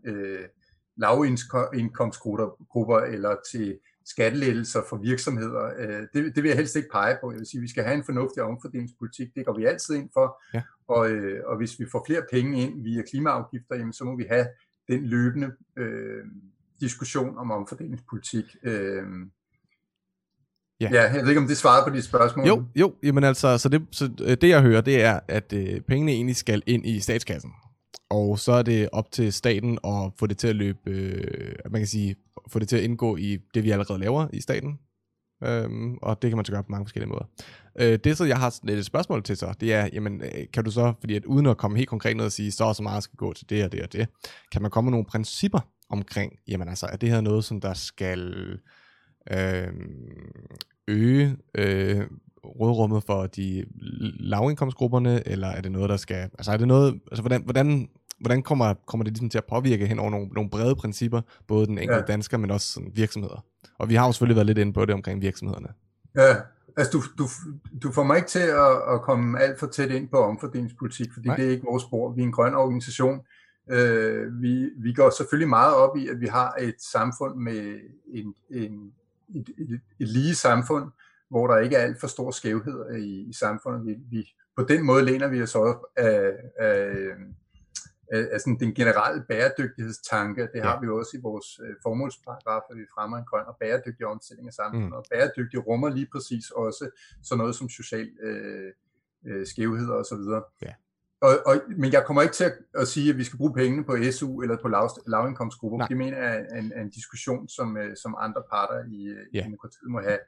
lavindkomstgrupper, eller til skattelettelser for virksomheder. Det vil jeg helst ikke pege på. Jeg vil sige, at vi skal have en fornuftig omfordelingspolitik. Det går vi altid ind for. Ja. Og hvis vi får flere penge ind via klimaafgifter, jamen, så må vi have den løbende diskussion om omfordelingspolitik. Ja, jeg ved ikke, om det svarer på de spørgsmål. Jo, jamen altså, så det jeg hører, det er, at pengene egentlig skal ind i statskassen. Og så er det op til staten at få det til at løbe, man kan sige, få det til at indgå i det, vi allerede laver i staten. Og det kan man så gøre på mange forskellige måder. Det, så jeg har et spørgsmål til så, det er, jamen, kan du så, fordi at uden at komme helt konkret ned og sige, så meget skal gå til det og det og det, kan man komme med nogle principper omkring, jamen altså, er det her noget, som der skal øge rådrummet for de lavindkomstgrupperne, eller er det noget, der skal, altså er det noget, altså hvordan kommer det ligesom til at påvirke hen over nogle brede principper, både den enkelte dansker, men også sådan virksomheder? Og vi har jo selvfølgelig været lidt inde på det omkring virksomhederne. Ja, altså du får mig ikke til at komme alt for tæt ind på omfordelingspolitik, fordi det er ikke vores spor. Vi er en grøn organisation. Vi går selvfølgelig meget op i, at vi har et samfund med et lige samfund, hvor der ikke er alt for store skævheder i samfundet. På den måde læner vi os op af sådan den generelle bæredygtighedstanke. Det har vi jo også i vores formålsparagraf, at vi fremmer en grøn og bæredygtig omstilling af samfundet. Og bæredygtig rummer lige præcis også sådan noget som social skævheder osv. Ja. Men jeg kommer ikke til at sige, at vi skal bruge pengene på SU eller på lavindkomstgrupper. Det mener jeg er en diskussion, som andre parter i demokratiet må have.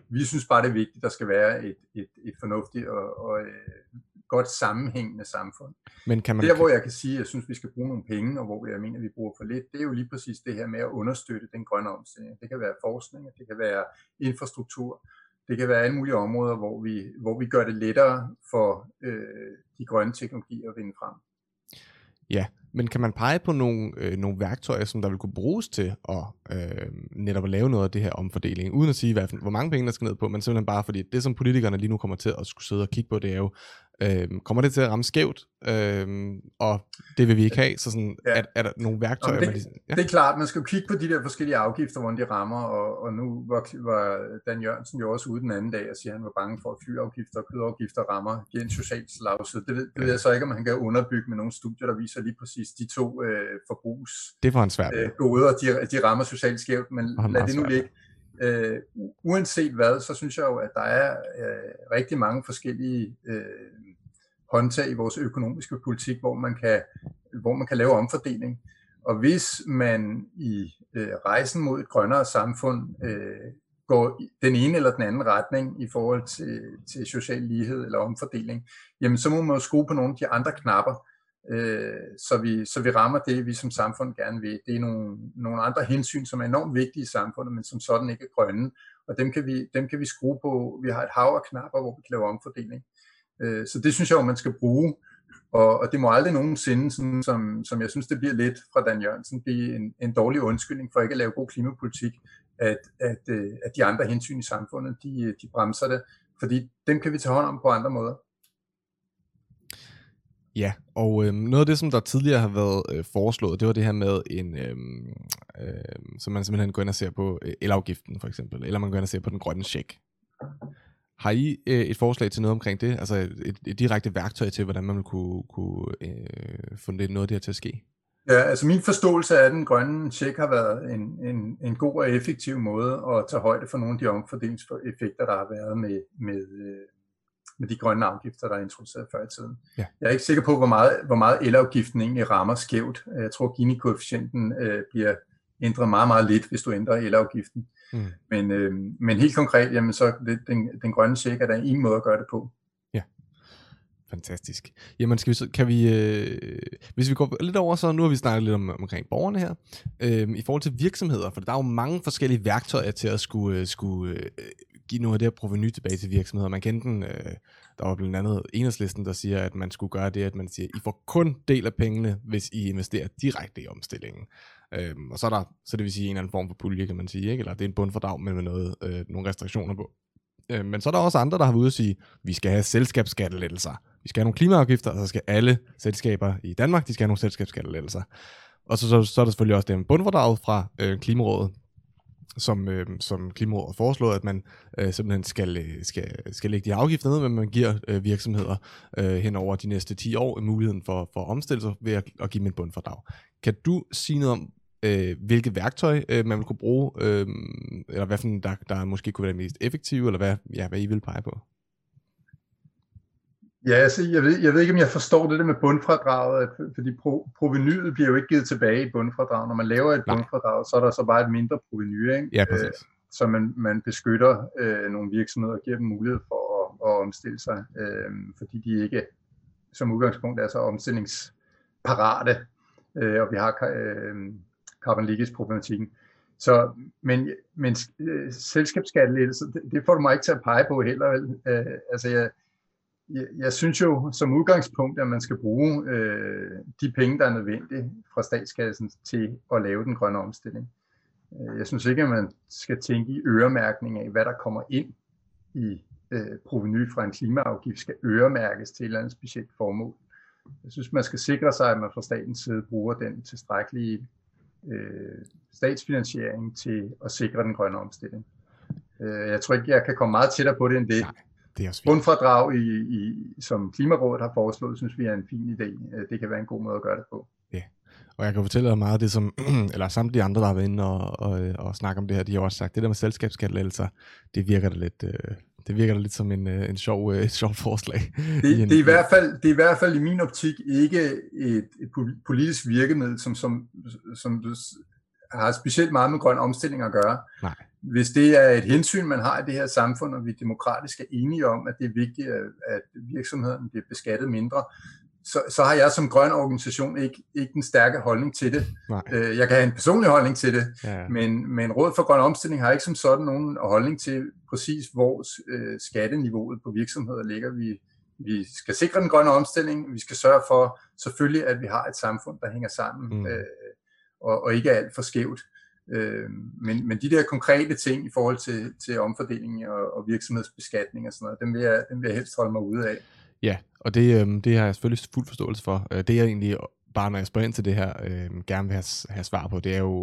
Vi synes bare, det er vigtigt, at der skal være et fornuftigt og godt sammenhængende samfund. Men kan man... Der, hvor jeg kan sige, at jeg synes, vi skal bruge nogle penge, og hvor jeg mener, at vi bruger for lidt, det er jo lige præcis det her med at understøtte den grønne omstilling. Det kan være forskning, det kan være infrastruktur, det kan være alle mulige områder, hvor vi gør det lettere for de grønne teknologier at vinde frem. Ja, men kan man pege på nogle værktøjer, som der vil kunne bruges til at netop at lave noget af det her omfordeling, uden at sige, hvor mange penge der skal ned på, men simpelthen bare fordi det, som politikerne lige nu kommer til at skulle sidde og kigge på, det er jo, kommer det til at ramme skævt, og det vil vi ikke have, så sådan, er der nogle værktøjer? Det er klart, man skal jo kigge på de der forskellige afgifter, hvordan de rammer, og nu var Dan Jørgensen jo også ude den anden dag og siger, at han var bange for, at flyafgifter og kødafgifter rammer gen socialt slagside. Det ved jeg så ikke, om han kan underbygge med nogle studier, der viser lige præcis de to forbrugsgoder, de rammer socialt skævt, men lad det nu ligge. Uanset hvad, så synes jeg jo, at der er rigtig mange forskellige håndtag i vores økonomiske politik, hvor man kan lave omfordeling. Og hvis man i rejsen mod et grønnere samfund går den ene eller den anden retning i forhold til social lighed eller omfordeling, jamen så må man jo skrue på nogle af de andre knapper, så vi rammer det, vi som samfund gerne vil. Det er nogle andre hensyn, som er enormt vigtige i samfundet, men som sådan ikke er grønne, og dem kan vi skrue på. Vi har et hav af knapper, hvor vi kan lave omfordeling. Så det synes jeg jo, man skal bruge, og det må aldrig nogensinde, sådan, som jeg synes, det bliver lidt fra Dan Jørgensen, blive en dårlig undskyldning for ikke at lave god klimapolitik, at de andre hensyn i samfundet, de bremser det, fordi dem kan vi tage hånd om på andre måder. Ja, og noget af det, som der tidligere har været foreslået, det var det her med så man simpelthen går ind og ser på elafgiften for eksempel, eller man går ind og ser på den grønne check. Har I et forslag til noget omkring det? Altså et direkte værktøj til, hvordan man vil kunne få noget af det her til at ske? Ja, altså min forståelse af den grønne check har været en god og effektiv måde at tage højde for nogle af de omfordelingseffekter, der har været med de grønne afgifter, der er introduceret før i tiden. Ja. Jeg er ikke sikker på, hvor meget elafgiften egentlig rammer skævt. Jeg tror, Gini-koefficienten bliver ændret meget, meget lidt, hvis du ændrer elafgiften. Men helt konkret, jamen så den grønne check er der en måde at gøre det på. Ja, fantastisk. Jamen kan vi hvis vi går lidt over, så nu har vi snakket lidt omkring borgerne her, i forhold til virksomheder, for der er jo mange forskellige værktøjer til at skulle give noget af det her proveny tilbage til virksomheder. Man kender den, der var blandt andet Enhedslisten, der siger, at man skulle gøre det, at man siger, I får kun del af pengene, hvis I investerer direkte i omstillingen. Og så det vil sige en eller anden form for pulje, kan man sige, ikke? Eller det er en bundfordrag med nogle restriktioner på. Men så er der også andre, der har været ude at sige, vi skal have selskabsskattelettelser. Vi skal have nogle klimaafgifter, og så skal alle selskaber i Danmark, de skal have nogle selskabsskattelettelser. Og så er der selvfølgelig også det bundfordraget fra Klimarådet, som Klimarådet foreslår, at man simpelthen skal lægge de afgifter ned, men man giver virksomheder hen over de næste 10 år muligheden for at omstille sig ved at give dem et bundfordrag. Kan du sige noget om, hvilke værktøj man vil kunne bruge, eller hvad for der måske kunne være mest effektive, eller hvad I vil pege på? Ja, altså, jeg ved ikke, om jeg forstår det der med bundfradraget, fordi provenyet bliver jo ikke givet tilbage i bundfradrag. Når man laver et bundfradrag, så er der så bare et mindre proveny, ikke? Ja, præcis. Så man beskytter nogle virksomheder og giver dem mulighed for at omstille sig, fordi de ikke som udgangspunkt er så omstillingsparate, og vi har carbon leakage-problematikken. Så, men selskabsskattelettelse, det får du mig ikke til at pege på heller. Altså jeg synes jo som udgangspunkt, at man skal bruge de penge, der er nødvendige fra statskassen til at lave den grønne omstilling. Jeg synes ikke, at man skal tænke i øremærkning af, hvad der kommer ind i proveny fra en klimaafgift, skal øremærkes til et eller andet specielt formål. Jeg synes, man skal sikre sig, at man fra statens side bruger den tilstrækkelige statsfinansiering til at sikre den grønne omstilling. Jeg tror ikke, jeg kan komme meget tættere på det end det. Bundfradrag, som Klimarådet har foreslået, synes vi er en fin idé. Det kan være en god måde at gøre det på. Ja, og jeg kan fortælle dig meget af det, som eller samtlige andre, der har været inde og snakke om det her, de har også sagt, det der med selskabsskattelettelser, det virker da lidt som et sjovt forslag. Det er i hvert fald i min optik ikke et politisk virkemiddel, som har specielt meget med grøn omstilling at gøre. Nej. hvis det er et hensyn, man har i det her samfund, og vi demokratisk er enige om, at det er vigtigt, at virksomheden bliver beskattet mindre, så har jeg som grøn organisation ikke en stærke holdning til det. Nej. Jeg kan have en personlig holdning til det, ja. men Rådet for Grøn Omstilling har ikke som sådan nogen holdning til præcis, hvor skatteniveauet på virksomheder ligger. Vi skal sikre den grønne omstilling, vi skal sørge for selvfølgelig, at vi har et samfund, der hænger sammen, og ikke er alt for skævt. Men de der konkrete ting i forhold til omfordeling og virksomhedsbeskatning og sådan noget, dem vil jeg helst holde mig ude af. Ja, og det har jeg selvfølgelig fuld forståelse for. Det jeg egentlig, bare når jeg spørger ind til det her, gerne vil have svar på, det er jo,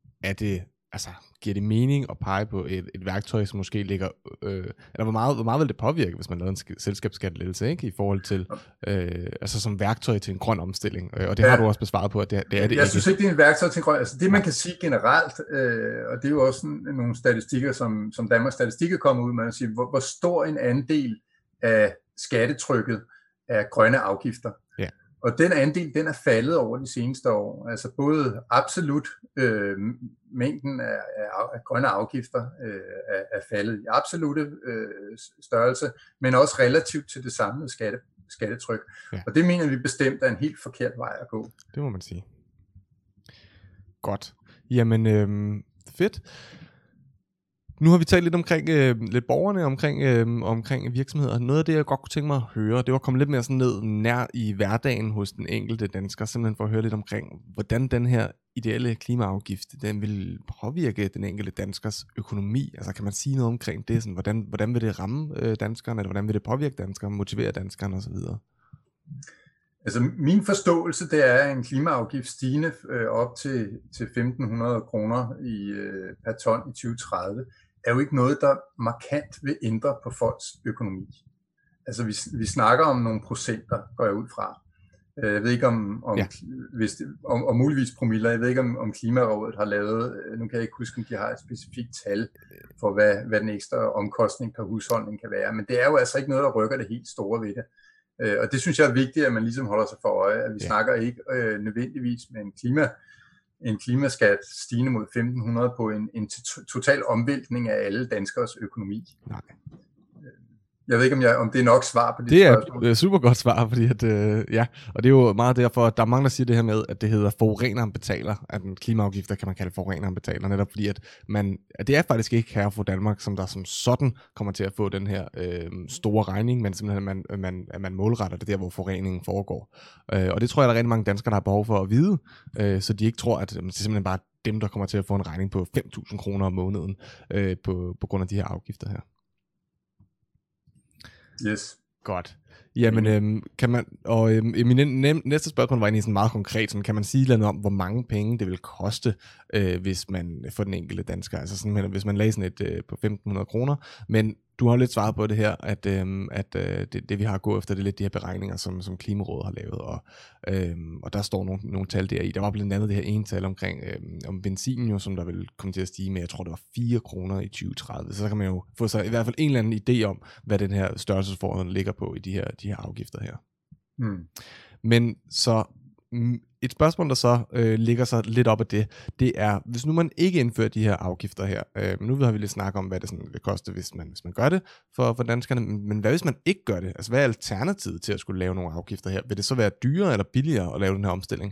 giver det mening at pege på et værktøj, som måske ligger, eller hvor meget vil det påvirke, hvis man lavede en selskabsskattelettelse, ikke? I forhold til, som værktøj til en grøn omstilling, og det har du også besvaret på, at det er det ikke. Jeg synes ikke, det er et værktøj til en grøn, det man kan sige generelt, og det er jo også nogle statistikker, som Danmarks Statistik er kommet ud med, at sige, hvor stor en andel af skattetrykket af grønne afgifter. Ja. Og den andel, den er faldet over de seneste år. Altså både absolut mængden af grønne afgifter er faldet i absolutte størrelse, men også relativt til det samlede skattetryk. Ja. Og det mener vi bestemt er en helt forkert vej at gå. Det må man sige. Godt. Jamen, fedt. Nu har vi talt lidt omkring lidt borgerne, omkring virksomheder. Noget af det, jeg godt kunne tænke mig at høre, det var at komme lidt mere sådan ned nær i hverdagen hos den enkelte dansker, simpelthen for at høre lidt omkring, hvordan den her ideelle klimaafgift, den vil påvirke den enkelte danskers økonomi. Altså kan man sige noget omkring det? Sådan, hvordan vil det ramme danskerne, eller hvordan vil det påvirke danskerne, motivere danskerne osv.? Altså min forståelse, det er en klimaafgift stigende op til 1.500 kroner per ton i 2030, er jo ikke noget, der markant vil ændre på folks økonomi. Altså vi snakker om nogle procenter, går jeg ud fra. Jeg ved ikke om muligvis promiller, jeg ved ikke om Klimarådet har lavet, nu kan jeg ikke huske, om de har et specifikt tal for, hvad den ekstra omkostning per husholdning kan være, men det er jo altså ikke noget, der rykker det helt store ved det. Og det synes jeg er vigtigt, at man ligesom holder sig for øje, at vi snakker ikke nødvendigvis med en klimaskat stigende mod 1.500 på en total omvæltning af alle danskers økonomi. Nej. Jeg ved ikke, om det er nok svar på det spørgsmål. Det er super godt svar, fordi og det er jo meget derfor, at der er mange, der siger det her med, at det hedder forureneren betaler, at en klimaafgift, der kan man kalde forureneren betaler, netop fordi, at det er faktisk ikke her for Danmark, som der som sådan kommer til at få den her store regning, men simpelthen, at man målretter det der, hvor forureningen foregår. Og det tror jeg, der er rigtig mange danskere, der har behov for at vide, så de ikke tror, at det er simpelthen bare dem, der kommer til at få en regning på 5.000 kroner om måneden på grund af de her afgifter her. Yes. Godt. Jamen, kan man, og min næste spørgsmål var egentlig sådan meget konkret, sådan, kan man sige noget om, hvor mange penge det vil koste, hvis man får den enkelte dansker, altså sådan, hvis man lagde sådan et på 1.500 kroner, men du har lidt svaret på det her, at det vi har gået efter, det er lidt de her beregninger, som Klimarådet har lavet, og der står nogle tal deri. Der var blandt andet det her ene tal omkring om benzin, jo, som der vil komme til at stige med, jeg tror det var 4 kroner i 2030, så kan man jo få sig i hvert fald en eller anden idé om, hvad den her størrelsesforhold ligger på i de her afgifter her. Men så et spørgsmål, der så ligger sig lidt op af det er, hvis nu man ikke indfører de her afgifter her, nu har vi lidt snakket om, hvad det sådan vil koste, hvis man gør det for danskerne, men hvad hvis man ikke gør det? Altså hvad er alternativet til at skulle lave nogle afgifter her? Vil det så være dyrere eller billigere at lave den her omstilling?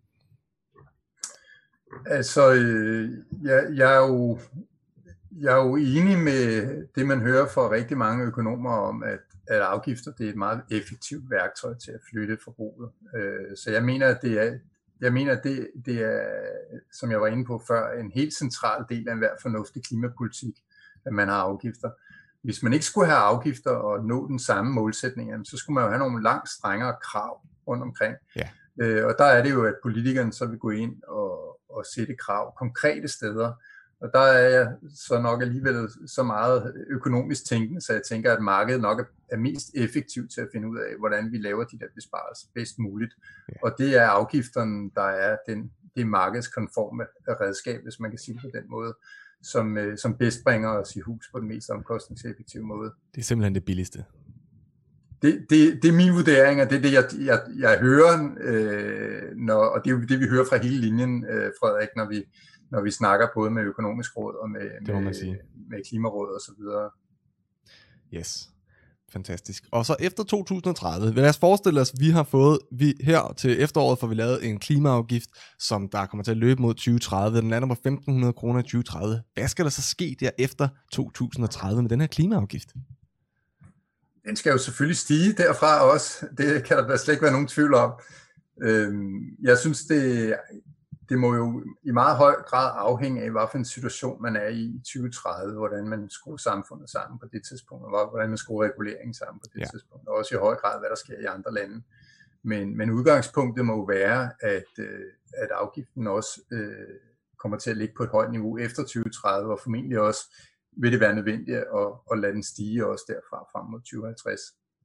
Altså, jeg er jo enig med det, man hører fra rigtig mange økonomer om, at afgifter, det er et meget effektivt værktøj til at flytte forbruget. Så jeg mener, at det er, som jeg var inde på før, en helt central del af enhver fornuftig klimapolitik, at man har afgifter. Hvis man ikke skulle have afgifter og nå den samme målsætning, så skulle man jo have nogle langt strengere krav rundt omkring. Ja. Og der er det jo, at politikerne så vil gå ind og sætte krav konkrete steder. Og der er jeg så nok alligevel så meget økonomisk tænkende, så jeg tænker, at markedet nok er mest effektivt til at finde ud af, hvordan vi laver de der besparelser bedst muligt. Ja. Og det er afgifterne, der er det markedskonforme redskab, hvis man kan sige det på den måde, som bedst bringer os i hus på den mest omkostningseffektive måde. Det er simpelthen det billigste. Det er min vurdering, og det er det, jeg hører, og det er jo det, vi hører fra hele linjen, Frederik, når vi snakker både med økonomisk råd og med klimaråd og så videre. Yes. Fantastisk. Og så efter 2030, lad os forestille os, vi her til efteråret får vi lavet en klimaafgift, som der kommer til at løbe mod 2030. Den lander på 1.500 kroner i 2030. Hvad skal der så ske der efter 2030 med den her klimaafgift? Den skal jo selvfølgelig stige derfra også. Det kan der slet ikke være nogen tvivl om. Jeg synes, det må jo i meget høj grad afhænge af, hvilken situation man er i 2030, hvordan man skruer samfundet sammen på det tidspunkt, og hvordan man skruer reguleringen sammen på det tidspunkt, og også i høj grad, hvad der sker i andre lande. Men udgangspunktet må jo være, at afgiften også kommer til at ligge på et højt niveau efter 2030, og formentlig også vil det være nødvendigt at lade den stige også derfra frem mod 2050.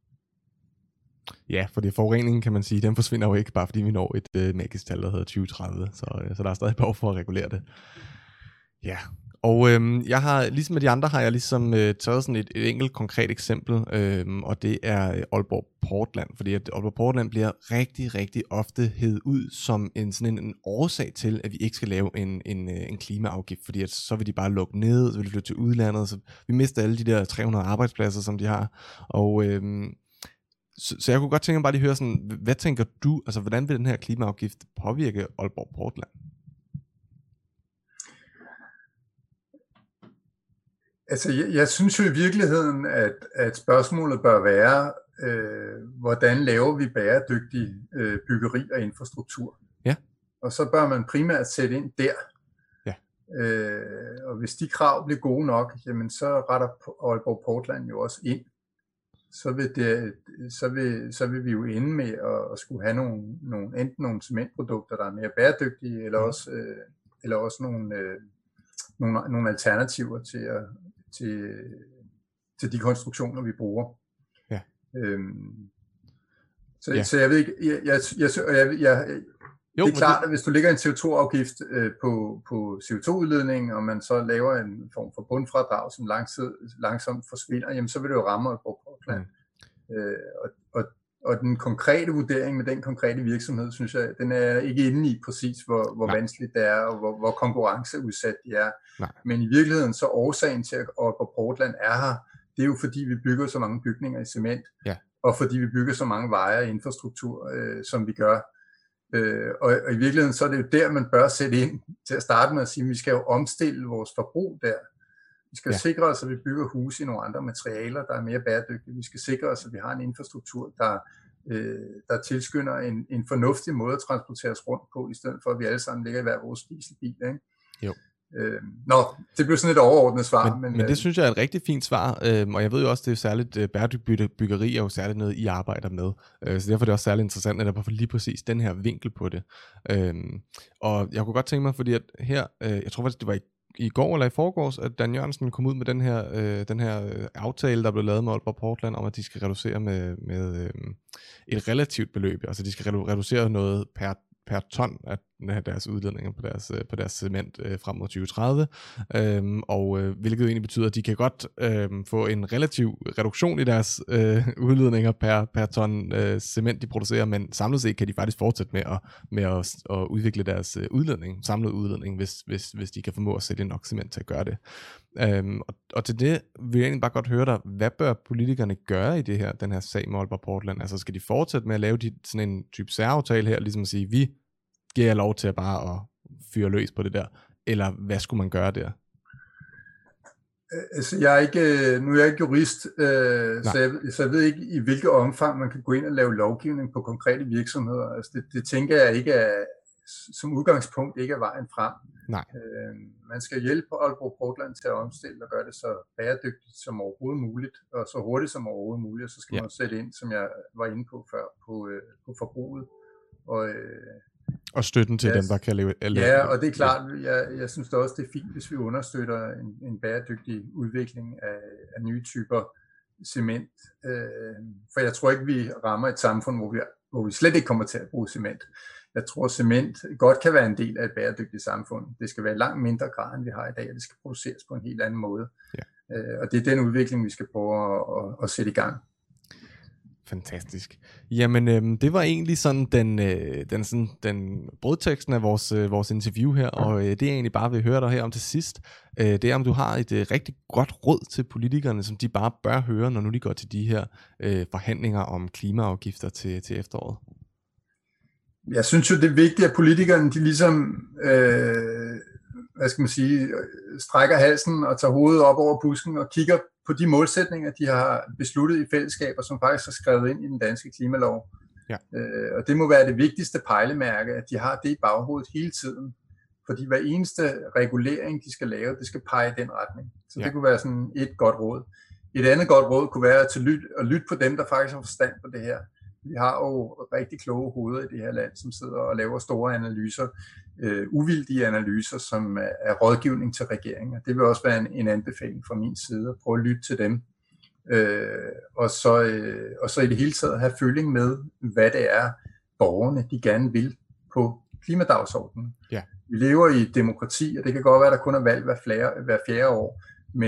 Ja, fordi forureningen, kan man sige, den forsvinder jo ikke, bare fordi vi når et magisk tal, der hedder 2030, så der er stadig behov for at regulere det. Ja, og jeg har, ligesom med de andre, har jeg ligesom taget sådan et enkelt konkret eksempel, og det er Aalborg Portland, fordi at Aalborg Portland bliver rigtig, rigtig ofte hevet ud som sådan en årsag til, at vi ikke skal lave en klimaafgift, fordi at så vil de bare lukke ned, så vil de flytte til udlandet, så vi mister alle de der 300 arbejdspladser, som de har, og så jeg kunne godt tænke mig bare lige høre sådan, hvad tænker du, altså hvordan vil den her klimaafgift påvirke Aalborg Portland? Altså, jeg synes jo i virkeligheden, at spørgsmålet bør være, hvordan laver vi bæredygtig byggeri og infrastruktur? Ja. Og så bør man primært sætte ind der. Ja. Og hvis de krav bliver gode nok, jamen så retter Aalborg Portland jo også ind. Så vil vi jo ende med at skulle have enten nogle cementprodukter, der er mere bæredygtige, eller også nogle alternativer til de konstruktioner, vi bruger. Ja. Så jeg ved ikke, det er klart, at hvis du lægger en CO2-afgift på CO2-udledning, og man så laver en form for bundfradrag, som langsomt forsvinder, jamen så vil det jo ramme Aalborg Portland. Og den konkrete vurdering med den konkrete virksomhed, synes jeg, den er ikke inde i præcis, hvor vanskeligt det er, og hvor konkurrenceudsat de er. Nej. Men i virkeligheden så årsagen til, at Aalborg Portland er her, det er jo fordi, vi bygger så mange bygninger i cement, og fordi vi bygger så mange veje og infrastruktur, som vi gør. Og i virkeligheden så er det jo der, man bør sætte ind til at starte med at sige, at vi skal jo omstille vores forbrug der. Vi skal sikre os, at vi bygger huse i nogle andre materialer, der er mere bæredygtige. Vi skal sikre os, at vi har en infrastruktur, der tilskynder en fornuftig måde at transportere os rundt på, i stedet for at vi alle sammen ligger i hver vores dieselbil. Ikke? Jo. Det blev sådan et overordnet svar. Men det synes jeg er et rigtig fint svar, og jeg ved jo også, det er særligt bæredygtigt byggeri er jo særligt noget, I arbejder med, så derfor er det også særligt interessant, at der får lige præcis den her vinkel på det. Og jeg kunne godt tænke mig, fordi at her, jeg tror faktisk, det var i går eller i forgårs, at Dan Jørgensen kom ud med den her aftale, der blev lavet med Aalborg Portland, om at de skal reducere med et relativt beløb, altså de skal reducere noget per ton af deres udledninger på deres cement frem mod 2030, hvilket jo egentlig betyder, at de kan godt få en relativ reduktion i deres udledninger per ton cement, de producerer, men samlet set kan de faktisk fortsætte med at udvikle deres samlede udledning, hvis de kan formå at sætte nok cement til at gøre det. Og til det vil jeg egentlig bare godt høre dig, hvad bør politikerne gøre i den her sag med Aalborg Portland? Altså skal de fortsætte med at lave sådan en type særaftale her, ligesom at sige, vi giver jeg lov til at bare at fyre løs på det der, eller hvad skulle man gøre der? Altså nu er jeg ikke jurist, så jeg ved ikke i hvilket omfang man kan gå ind og lave lovgivning på konkrete virksomheder. Altså det tænker jeg ikke som udgangspunkt ikke er vejen frem. Nej. Man skal hjælpe Aalborg Portland til at omstille og gøre det så bæredygtigt som overhovedet muligt, og så hurtigt som overhovedet muligt, og så skal man sætte ind, som jeg var inde på før, på forbruget. Og støtten til dem, der kan leve. Ja, og det er klart, jeg synes da også, det er fint, hvis vi understøtter en bæredygtig udvikling af nye typer cement. For jeg tror ikke, vi rammer et samfund, hvor vi slet ikke kommer til at bruge cement. Jeg tror, cement godt kan være en del af et bæredygtigt samfund. Det skal være i langt mindre grad, end vi har i dag, og det skal produceres på en helt anden måde. Ja. Og det er den udvikling, vi skal prøve at sætte i gang. Fantastisk. Jamen, det var egentlig sådan den brødteksten af vores interview her, og det jeg egentlig bare vil høre dig her om til sidst, det er om du har et rigtig godt råd til politikerne, som de bare bør høre, når nu de går til de her forhandlinger om klimaafgifter til efteråret. Jeg synes jo, det er vigtigt, at politikerne de ligesom strækker halsen og tager hovedet op over busken og kigger på de målsætninger, de har besluttet i fællesskab, og som faktisk er skrevet ind i den danske klimalov. Ja. Og det må være det vigtigste pejlemærke, at de har det i baghovedet hele tiden. Fordi hver eneste regulering, de skal lave, det skal pege i den retning. Så det kunne være sådan et godt råd. Et andet godt råd kunne være at lytte på dem, der faktisk har forstand på det her. Vi har jo rigtig kloge hoveder i det her land, som sidder og laver store analyser, uvildige analyser, som er rådgivning til regeringen. Det vil også være en anbefaling fra min side at prøve at lytte til dem. Og så i det hele taget have føling med, hvad det er, borgerne de gerne vil på klimadagsordenen. Ja. Vi lever i et demokrati, og det kan godt være, at der kun er valg hver fjerde år,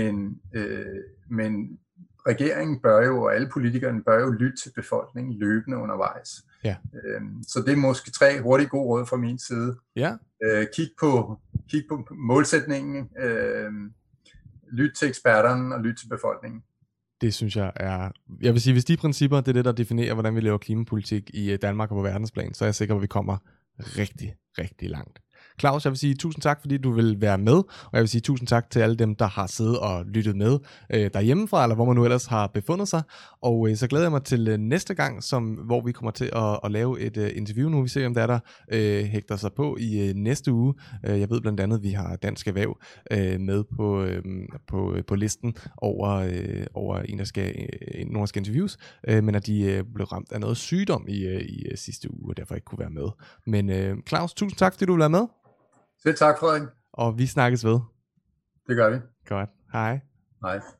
men regeringen bør jo, og alle politikerne bør jo lytte til befolkningen løbende undervejs. Ja. Så det er måske 3 hurtigt gode råd fra min side. Ja. Kig på målsætningen, lyt til eksperterne og lyt til befolkningen. Det synes jeg er, jeg vil sige, hvis de principper, det er det, der definerer, hvordan vi laver klimapolitik i Danmark og på verdensplan, så er jeg sikker på, at vi kommer rigtig, rigtig langt. Claus, jeg vil sige tusind tak, fordi du vil være med, og jeg vil sige tusind tak til alle dem, der har siddet og lyttet med derhjemmefra, eller hvor man nu ellers har befundet sig, og så glæder jeg mig til næste gang, hvor vi kommer til at lave et interview. Nu vil vi se, om der hægter sig på i næste uge. Jeg ved blandt andet, at vi har Dansk Erhverv med på listen over nogle, der skal interviews, men at de blev ramt af noget sygdom i sidste uge, og derfor ikke kunne være med. Men Claus, tusind tak, fordi du vil være med. Selv tak, Frederik. Og vi snakkes ved. Det gør vi. Godt. Hej. Hej.